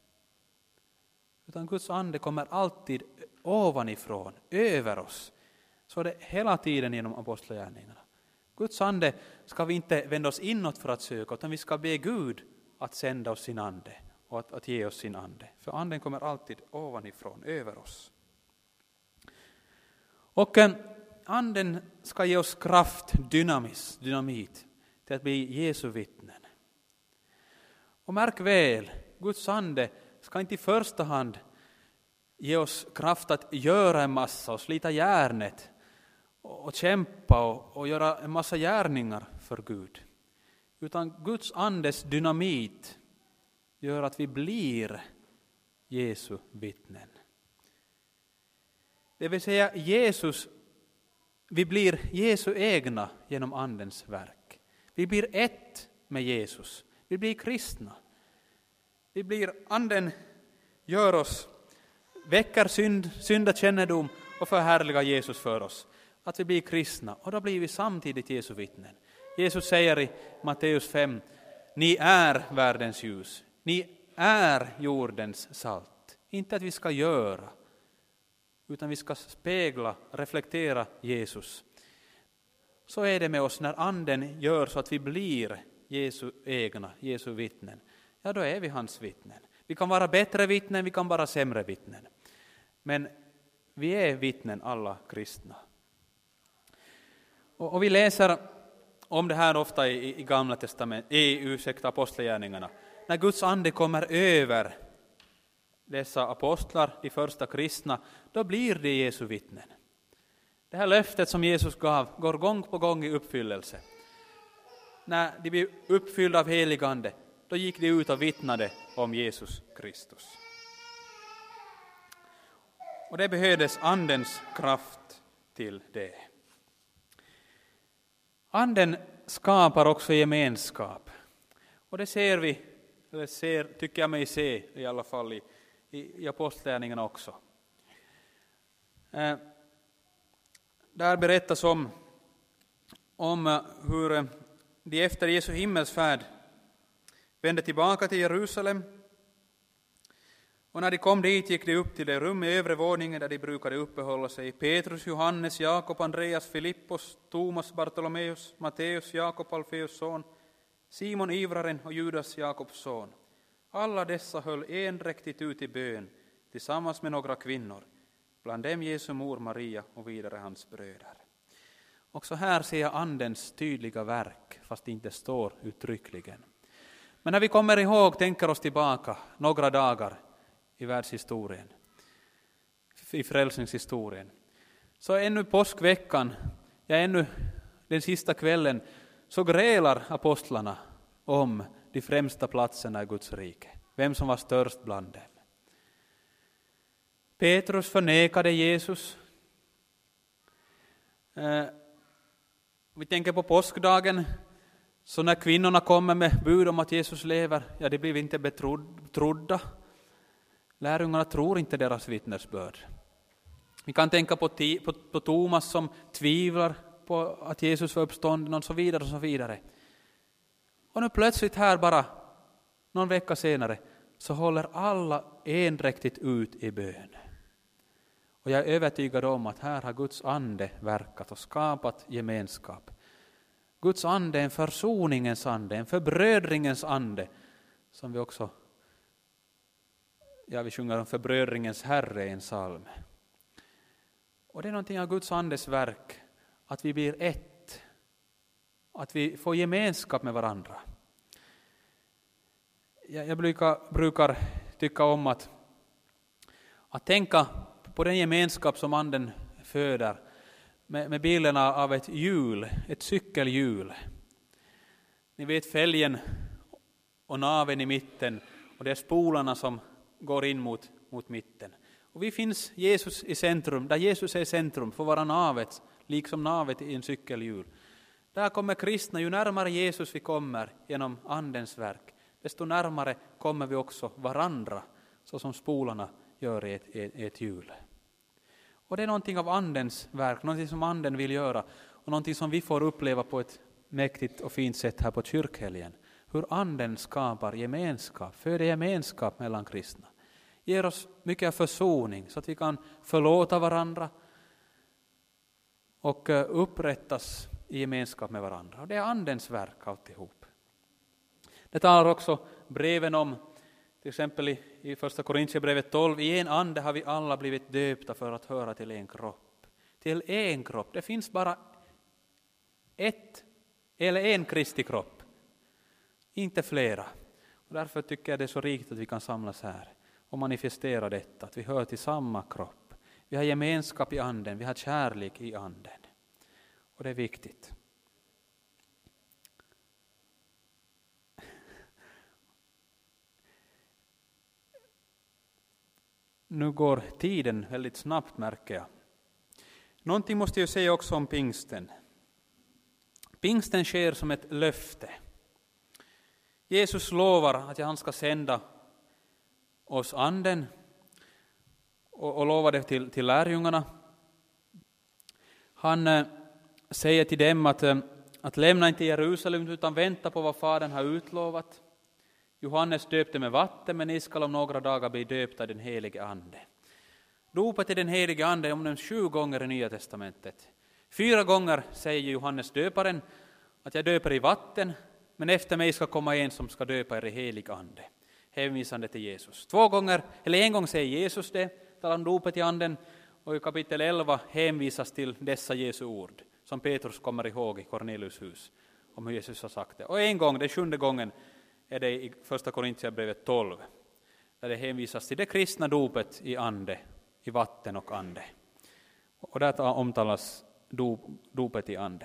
Utan Guds ande kommer alltid ovanifrån, över oss. Så är det hela tiden genom apostlagärningarna. Guds ande ska vi inte vända oss inåt för att söka, utan vi ska be Gud att sända oss sin ande och att ge oss sin ande. För anden kommer alltid ovanifrån, över oss. Och anden ska ge oss kraft, dynamit till att bli Jesu vittnen. Och märk väl, Guds ande ska inte i första hand ge oss kraft att göra en massa och slita järnet och kämpa och göra en massa gärningar för Gud. Utan Guds andes dynamit gör att vi blir Jesu vittnen. Det vill säga vi blir Jesu egna genom andens verk. Vi blir ett med Jesus. Vi blir kristna. Anden gör oss, väcker syndakännedom och förhärligar Jesus för oss. Att vi blir kristna och då blir vi samtidigt Jesu vittnen. Jesus säger i Matteus 5, ni är världens ljus. Ni är jordens salt. Inte att vi ska göra, utan vi ska spegla, reflektera Jesus. Så är det med oss när anden gör så att vi blir Jesu egna, Jesu vittnen. Ja, då är vi hans vittnen. Vi kan vara bättre vittnen, vi kan vara sämre vittnen. Men vi är vittnen alla kristna. Och vi läser om det här ofta i Gamla testamentet, i apostlagärningarna. När Guds ande kommer över dessa apostlar, de första kristna, då blir det Jesu vittnen. Det här löftet som Jesus gav går gång på gång i uppfyllelse. När de blev uppfyllda av helig ande, då gick de ut och vittnade om Jesus Kristus. Och det behövdes andens kraft till det. Anden skapar också gemenskap. Och det ser vi, eller tycker jag mig se i alla fall i apostlagärningarna också. Där berättas om hur de efter Jesu himmelsfärd vände tillbaka till Jerusalem. Och när de kom dit gick de upp till det rum i övre våningen där de brukade uppehålla sig. Petrus, Johannes, Jakob, Andreas, Filippos, Thomas, Bartolomeus, Matteus, Jakob, Alfeus son, Simon ivraren och Judas, Jakobs son. Alla dessa höll endräktigt ut i bön tillsammans med några kvinnor, bland dem Jesu mor Maria och vidare hans bröder. Också här ser jag andens tydliga verk, fast det inte står uttryckligen. Men när vi kommer ihåg, tänker oss tillbaka några dagar i världshistorien, i frälsningshistorien, så ännu påskveckan, ja ännu den sista kvällen, så grälar apostlarna om de främsta platserna i Guds rike, vem som var störst bland dem. Petrus förnekade Jesus. Vi tänker på påskdagen, så när kvinnorna kommer med bud om att Jesus lever, ja, de blev inte betrodda. Lärjungarna tror inte deras vittnesbörd. Vi kan tänka på Thomas som tvivlar på att Jesus var uppstånden och så vidare och så vidare. Och nu plötsligt här bara någon vecka senare så håller alla endräktigt ut i bön. Och jag är övertygad om att här har Guds ande verkat och skapat gemenskap. Guds ande är en försoningens ande, en förbrödringens ande, som vi också, vi sjunger om förbrödringens herre i en psalm. Och det är någonting av Guds andes verk, att vi blir ett, att vi får gemenskap med varandra. Jag brukar tycka om att tänka på den gemenskap som anden föder med bilderna av ett hjul, ett cykelhjul. Ni vet fälgen och naven i mitten, och det är spolarna som går in mot mitten. Och vi finns Jesus i centrum, där Jesus är i centrum för vara navet, liksom navet i en cykelhjul. Där kommer kristna, ju närmare Jesus vi kommer genom andens verk, desto närmare kommer vi också varandra, så som spolarna gör i ett hjul. Och det är någonting av andens verk, någonting som anden vill göra, och någonting som vi får uppleva på ett mäktigt och fint sätt här på kyrkhelgen. Hur anden skapar gemenskap, föder gemenskap mellan kristna. Ger oss mycket av försoning så att vi kan förlåta varandra och upprättas i gemenskap med varandra. Och det är andens verk alltihop. Det talar också breven om, till exempel i första Korintierbrevet 12, i en ande har vi alla blivit döpta för att höra till en kropp. Till en kropp. Det finns bara en Kristi kropp, inte flera. Och därför tycker jag det är så rikt att vi kan samlas här och manifestera detta, att vi hör till samma kropp. Vi har gemenskap i anden, vi har kärlek i anden. Och det är viktigt. Nu går tiden väldigt snabbt, märker jag. Någonting måste jag säga också om pingsten. Pingsten sker som ett löfte. Jesus lovar att han ska sända oss anden och lovar det till lärjungarna. Han säger till dem att lämna inte Jerusalem utan vänta på vad Fadern har utlovat. Johannes döpte med vatten, men ni skall om några dagar bli döpta i den helige ande. Dopet i den heliga ande omnämns 7 gånger i Nya testamentet. 4 gånger säger Johannes döparen att jag döper i vatten, men efter mig ska komma en som ska döpa er i helig ande. Hänvisande till Jesus. 2 gånger, eller 1 gång säger Jesus det, talar om dopet i anden, och i kapitel 11 hänvisas till dessa Jesu ord, som Petrus kommer ihåg i Cornelius hus, om hur Jesus har sagt det. Och 1 gång, det 7:e gången, är det i första Korintierbrevet 12, där det hänvisas till det kristna dopet i ande, i vatten och ande. Och där omtalas dopet i ande.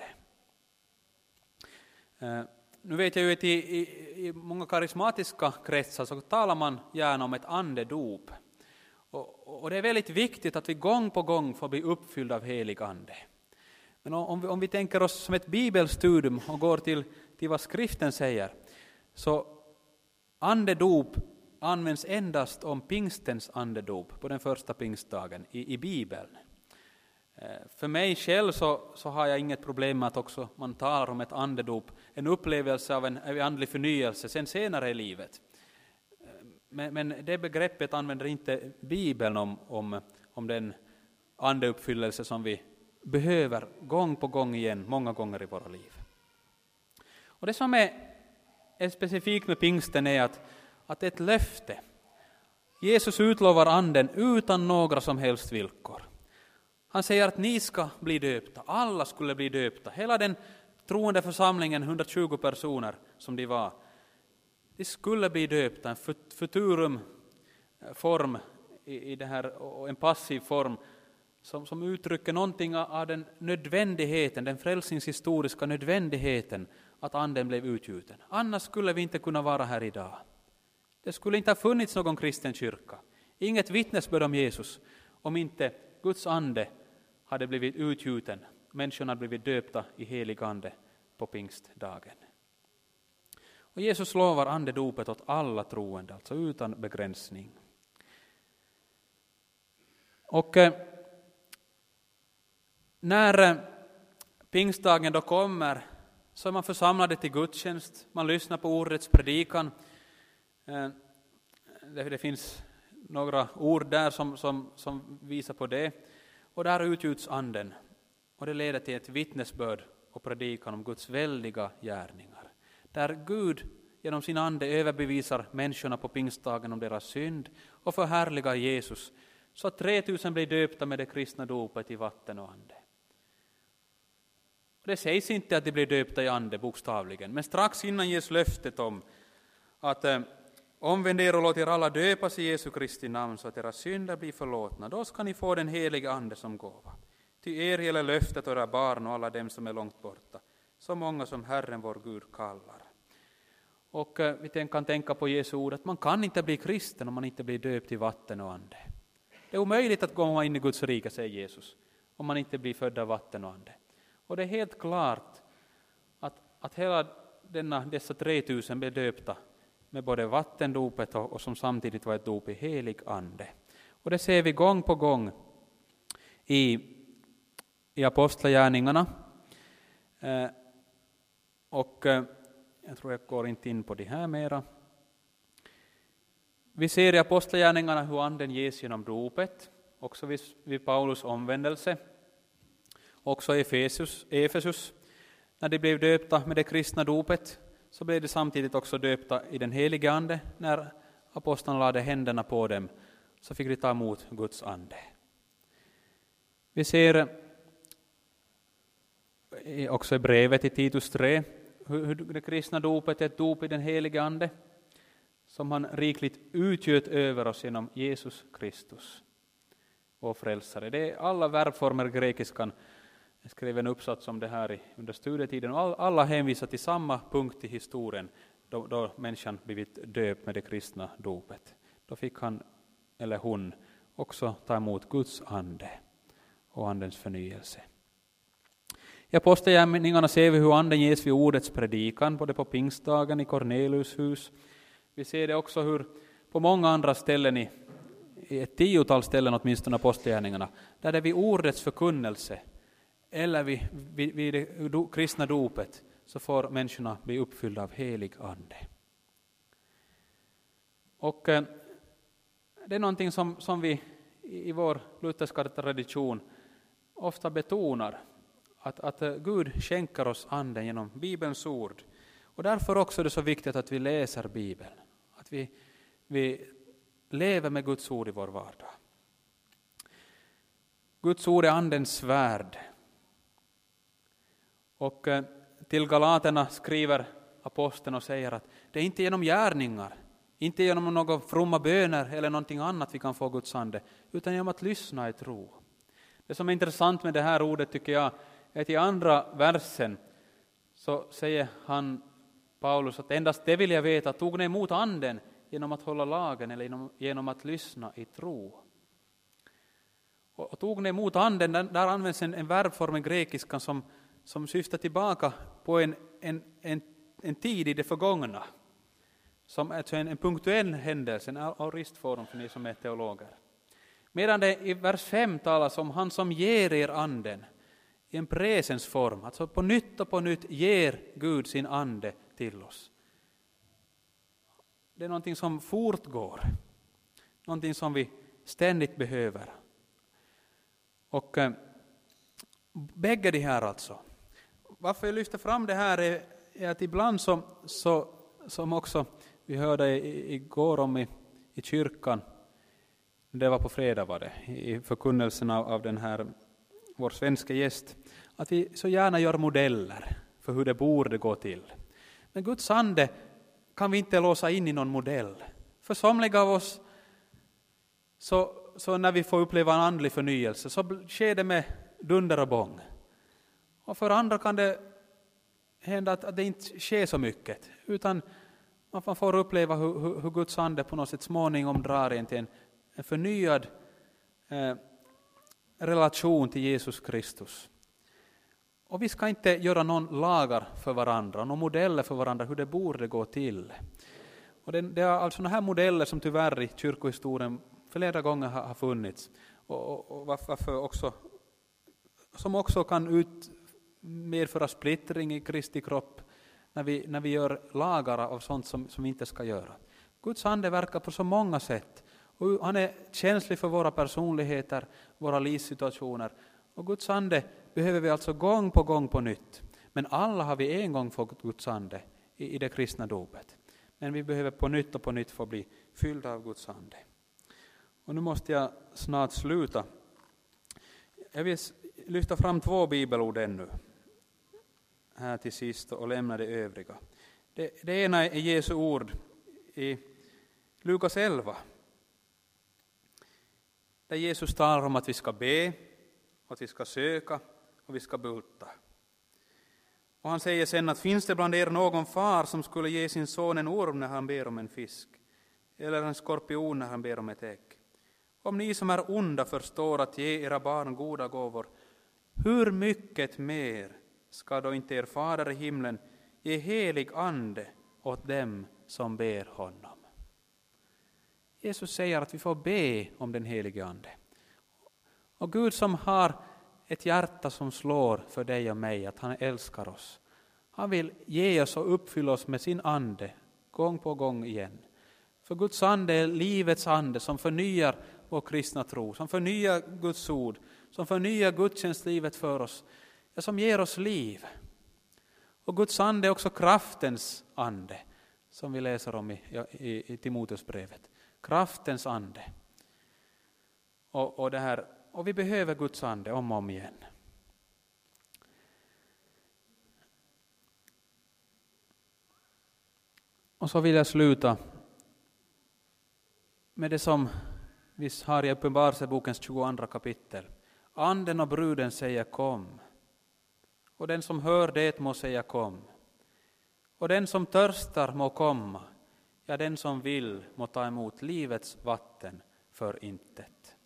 Nu vet jag ju att i många karismatiska kretsar så talar man gärna om ett andedop. Och det är väldigt viktigt att vi gång på gång får bli uppfyllda av helig ande. Men om vi tänker oss som ett bibelstudium och går till vad skriften säger, så andedop används endast om pingstens andedop på den första pingstdagen i Bibeln. För mig själv så har jag inget problem med att också man talar om ett andedop, en upplevelse av en andlig förnyelse sen senare i livet. Men det begreppet använder inte Bibeln om den andeuppfyllelse som vi behöver gång på gång igen, många gånger i våra liv. Och det som är specifikt med pingsten är att ett löfte. Jesus utlovar anden utan några som helst villkor. Han säger att ni ska bli döpta, alla skulle bli döpta. Hela den troende församlingen, 120 personer som de var, de skulle bli döpta. En futurum form i det här, och en passiv form som uttrycker någonting av den nödvändigheten, den frälsningshistoriska nödvändigheten att anden blev utgjuten. Annars skulle vi inte kunna vara här idag. Det skulle inte ha funnits någon kristen kyrka. Inget vittnesbörd om Jesus om inte Guds ande hade blivit utgjuten. Människorna hade blivit döpta i helig ande på pingstdagen. Och Jesus lovar andedopet åt alla troende, alltså utan begränsning. Och när pingstdagen då kommer så är man församlade till gudstjänst. Man lyssnar på ordets predikan. Det finns några ord där som visar på det. Och där utgjuts anden. Och det leder till ett vittnesbörd och predikan om Guds väldiga gärningar. Där Gud genom sin ande överbevisar människorna på pingstdagen om deras synd och förhärligar Jesus. Så att 3000 blir döpta med det kristna dopet i vatten och ande. Och det sägs inte att de blir döpta i ande bokstavligen. Men strax innan ges löftet om att omvänd er och låt er alla döpas i Jesu Kristi namn så att era synder blir förlåtna. Då ska ni få den heliga ande som gåva. Ty er gäller löftet och era barn och alla dem som är långt borta. Så många som Herren vår Gud kallar. Och vi kan tänka på Jesu ord att man kan inte bli kristen om man inte blir döpt i vatten och ande. Det är omöjligt att komma in i Guds rike, säger Jesus, om man inte blir född av vatten och ande. Och det är helt klart att hela dessa 3000 blev döpta med både vattendopet och som samtidigt var ett dop i helig ande. Och det ser vi gång på gång i apostlagärningarna. Och jag tror jag går inte in på det här mera. Vi ser i apostlagärningarna hur anden ges genom dopet, också vid Paulus omvändelse. Också i Efesus, när de blev döpta med det kristna dopet, så blev de samtidigt också döpta i den helige ande. När apostlarna lade händerna på dem så fick de ta emot Guds ande. Vi ser också i brevet i Titus 3 hur det kristna dopet är ett dop i den helige ande som han rikligt utgöt över oss genom Jesus Kristus, vår frälsare. Det är alla verbformer i grekiskan. Jag skrev en uppsats om det här under studietiden. Alla hänvisar till samma punkt i historien då människan blivit döpt med det kristna dopet. Då fick han eller hon också ta emot Guds ande och andens förnyelse. I apostlagärningarna ser vi hur anden ges vid ordets predikan, både på pingstdagen i Cornelius hus. Vi ser det också hur på många andra ställen, i ett 10-tal ställen åtminstone apostlagärningarna, där det vid ordets förkunnelse eller vid det kristna dopet så får människorna bli uppfyllda av helig ande. Och det är någonting som vi i vår lutherska tradition ofta betonar att Gud skänker oss anden genom Bibelns ord. Och därför också är det så viktigt att vi läser Bibeln. Att vi lever med Guds ord i vår vardag. Guds ord är andens svärd. Och till Galaterna skriver aposteln och säger att det är inte genom gärningar, inte genom några fromma böner eller någonting annat vi kan få Guds ande, utan genom att lyssna i tro. Det som är intressant med det här ordet tycker jag är att i andra versen så säger Paulus att endast det vill jag veta, tog ni emot anden genom att hålla lagen eller genom att lyssna i tro. Och tog ni emot anden, där används en verbform i grekiskan som syftar tillbaka på en tid i det förgångna. Som alltså en punktuell händelse, en aoristform för ni som är teologer. Medan det i vers 5 talas om han som ger er anden i en presensform. Alltså på nytt och på nytt ger Gud sin ande till oss. Det är någonting som fortgår. Någonting som vi ständigt behöver. Och bägge de här alltså. Varför jag lyfter fram det här är att ibland som också vi hörde igår om i kyrkan, det var på fredag var det, i förkunnelsen av den här vår svenska gäst, att vi så gärna gör modeller för hur det borde gå till. Men Guds ande kan vi inte låsa in i någon modell. För somliga av oss så när vi får uppleva en andlig förnyelse så sker det med dunder och bång. Och för andra kan det hända att det inte sker så mycket, utan man får uppleva hur Guds ande på något sätt småningom drar in till en förnyad relation till Jesus Kristus. Och vi ska inte göra någon lagar för varandra, någon modeller för varandra hur det borde gå till. Och det är alltså sådana här modeller som tyvärr i kyrkohistorien flera gånger har funnits. Och varför också, som också kan medföra splittring i Kristi kropp när vi gör lagar av sånt som vi inte ska göra. Guds ande verkar på så många sätt. Och han är känslig för våra personligheter, våra livssituationer. Och Guds ande behöver vi alltså gång på nytt. Men alla har vi en gång fått Guds ande i det kristna dopet. Men vi behöver på nytt få bli fyllda av Guds ande. Och nu måste jag snart sluta. Jag vill lyfta fram 2 bibelord ännu. Här till sist och lämna det övriga. Det ena är Jesu ord i Lukas 11. Där Jesus talar om att vi ska be, att vi ska söka och vi ska bulta. Och han säger sen att finns det bland er någon far som skulle ge sin son en orm när han ber om en fisk, eller en skorpion när han ber om ett ägg? Om ni som är onda förstår att ge era barn goda gåvor, hur mycket mer ska då inte er fader i himlen ge helig ande åt dem som ber honom? Jesus säger att vi får be om den helige ande. Och Gud som har ett hjärta som slår för dig och mig, att han älskar oss. Han vill ge oss och uppfylla oss med sin ande gång på gång igen. För Guds ande är livets ande som förnyar vår kristna tro, som förnyar Guds ord, som förnyar gudstjänstlivet för oss, ja, som ger oss liv. Och Guds ande är också kraftens ande, som vi läser om i Timoteusbrevet. Kraftens ande. Och vi behöver Guds ande om och om igen. Och så vill jag sluta med det som vi har i Uppenbarelsebokens 22 kapitel. Anden och bruden säger kom. Och den som hör det må säga kom. Och den som törstar må komma. Ja, den som vill må ta emot livets vatten för intet.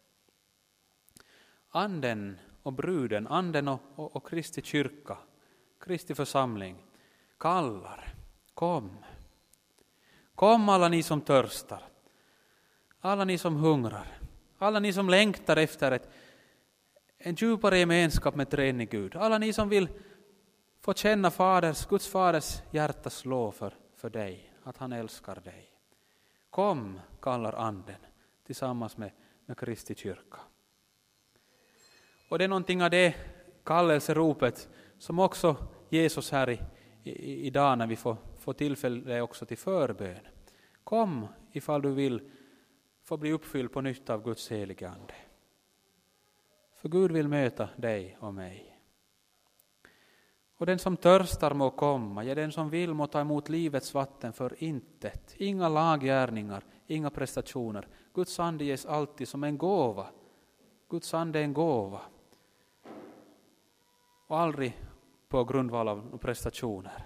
Anden och bruden, anden och Kristi kyrka, Kristi församling kallar. Kom. Kom alla ni som törstar. Alla ni som hungrar. Alla ni som längtar efter en djupare gemenskap med treenige Gud. Alla ni som vill få känna Guds faders hjärta slå för dig. Att han älskar dig. Kom, kallar anden tillsammans med med Kristi kyrka. Och det är någonting av det kallelseropet som också Jesus här idag när vi får tillfälle också till förbön. Kom ifall du vill få bli uppfylld på nytt av Guds heliga ande. För Gud vill möta dig och mig. Och den som törstar må komma, ja den som vill må ta emot livets vatten för intet. Inga laggärningar, inga prestationer. Guds ande ges alltid som en gåva. Guds ande är en gåva. Och aldrig på grundval av prestationer.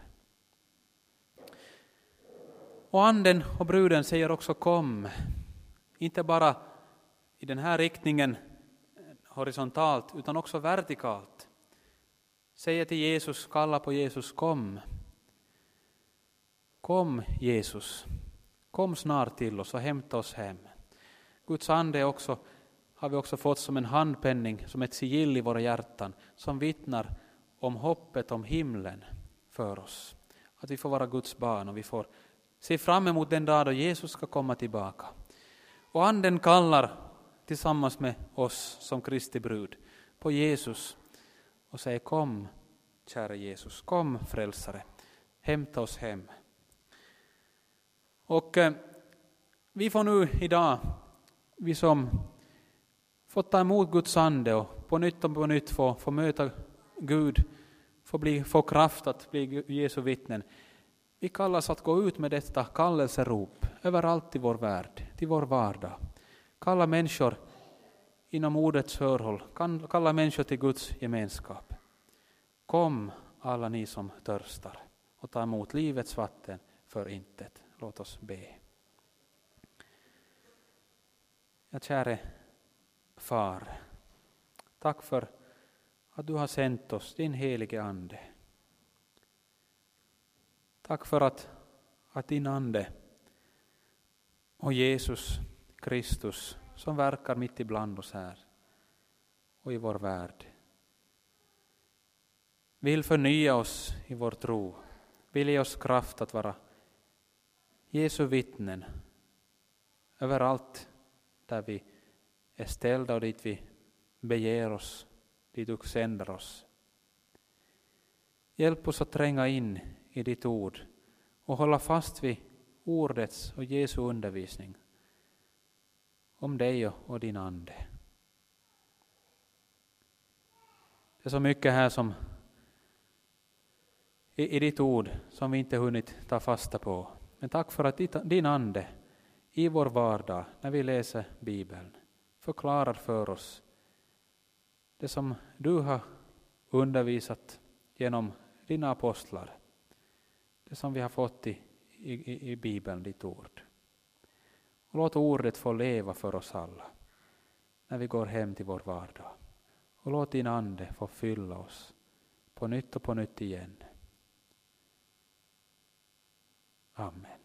Och anden och bruden säger också kom. Inte bara i den här riktningen horisontalt utan också vertikalt. Säger till Jesus, kalla på Jesus, kom. Kom Jesus, kom snart till oss och hämta oss hem. Guds ande också, har vi också fått som en handpenning, som ett sigill i våra hjärtan som vittnar om hoppet om himlen för oss. Att vi får vara Guds barn och vi får se fram emot den dag då Jesus ska komma tillbaka. Och anden kallar tillsammans med oss som Kristi brud på Jesus och säger kom kära Jesus, kom frälsare, hämta oss hem. Och vi får nu idag, vi som fått ta emot Guds ande och på nytt få möta Gud, få kraft att bli Jesu vittnen. Vi kallas att gå ut med detta kallelserop överallt i vår värld, till vår vardag. Kalla människor inom ordets hörhåll, kalla människor till Guds gemenskap. Kom alla ni som törstar och ta emot livets vatten för intet. Låt oss be. Ja, käre Far, tack för att du har sänt oss din helige ande. Tack för att din ande och Jesus Kristus som verkar mitt ibland oss här och i vår värld vill förnya oss i vår tro, vill ge oss kraft att vara Jesu vittnen överallt där vi är ställda och dit vi beger oss, dit du sänder oss. Hjälp oss att tränga in i ditt ord och hålla fast vid ordets och Jesu undervisning om dig och din ande. Det är så mycket här som i ditt ord som vi inte hunnit ta fasta på. Men tack för att din ande i vår vardag när vi läser Bibeln förklarar för oss det som du har undervisat genom dina apostlar. Det som vi har fått i Bibeln, ditt ord. Och låt ordet få leva för oss alla när vi går hem till vår vardag. Och låt din ande få fylla oss på nytt och på nytt igen. Amen.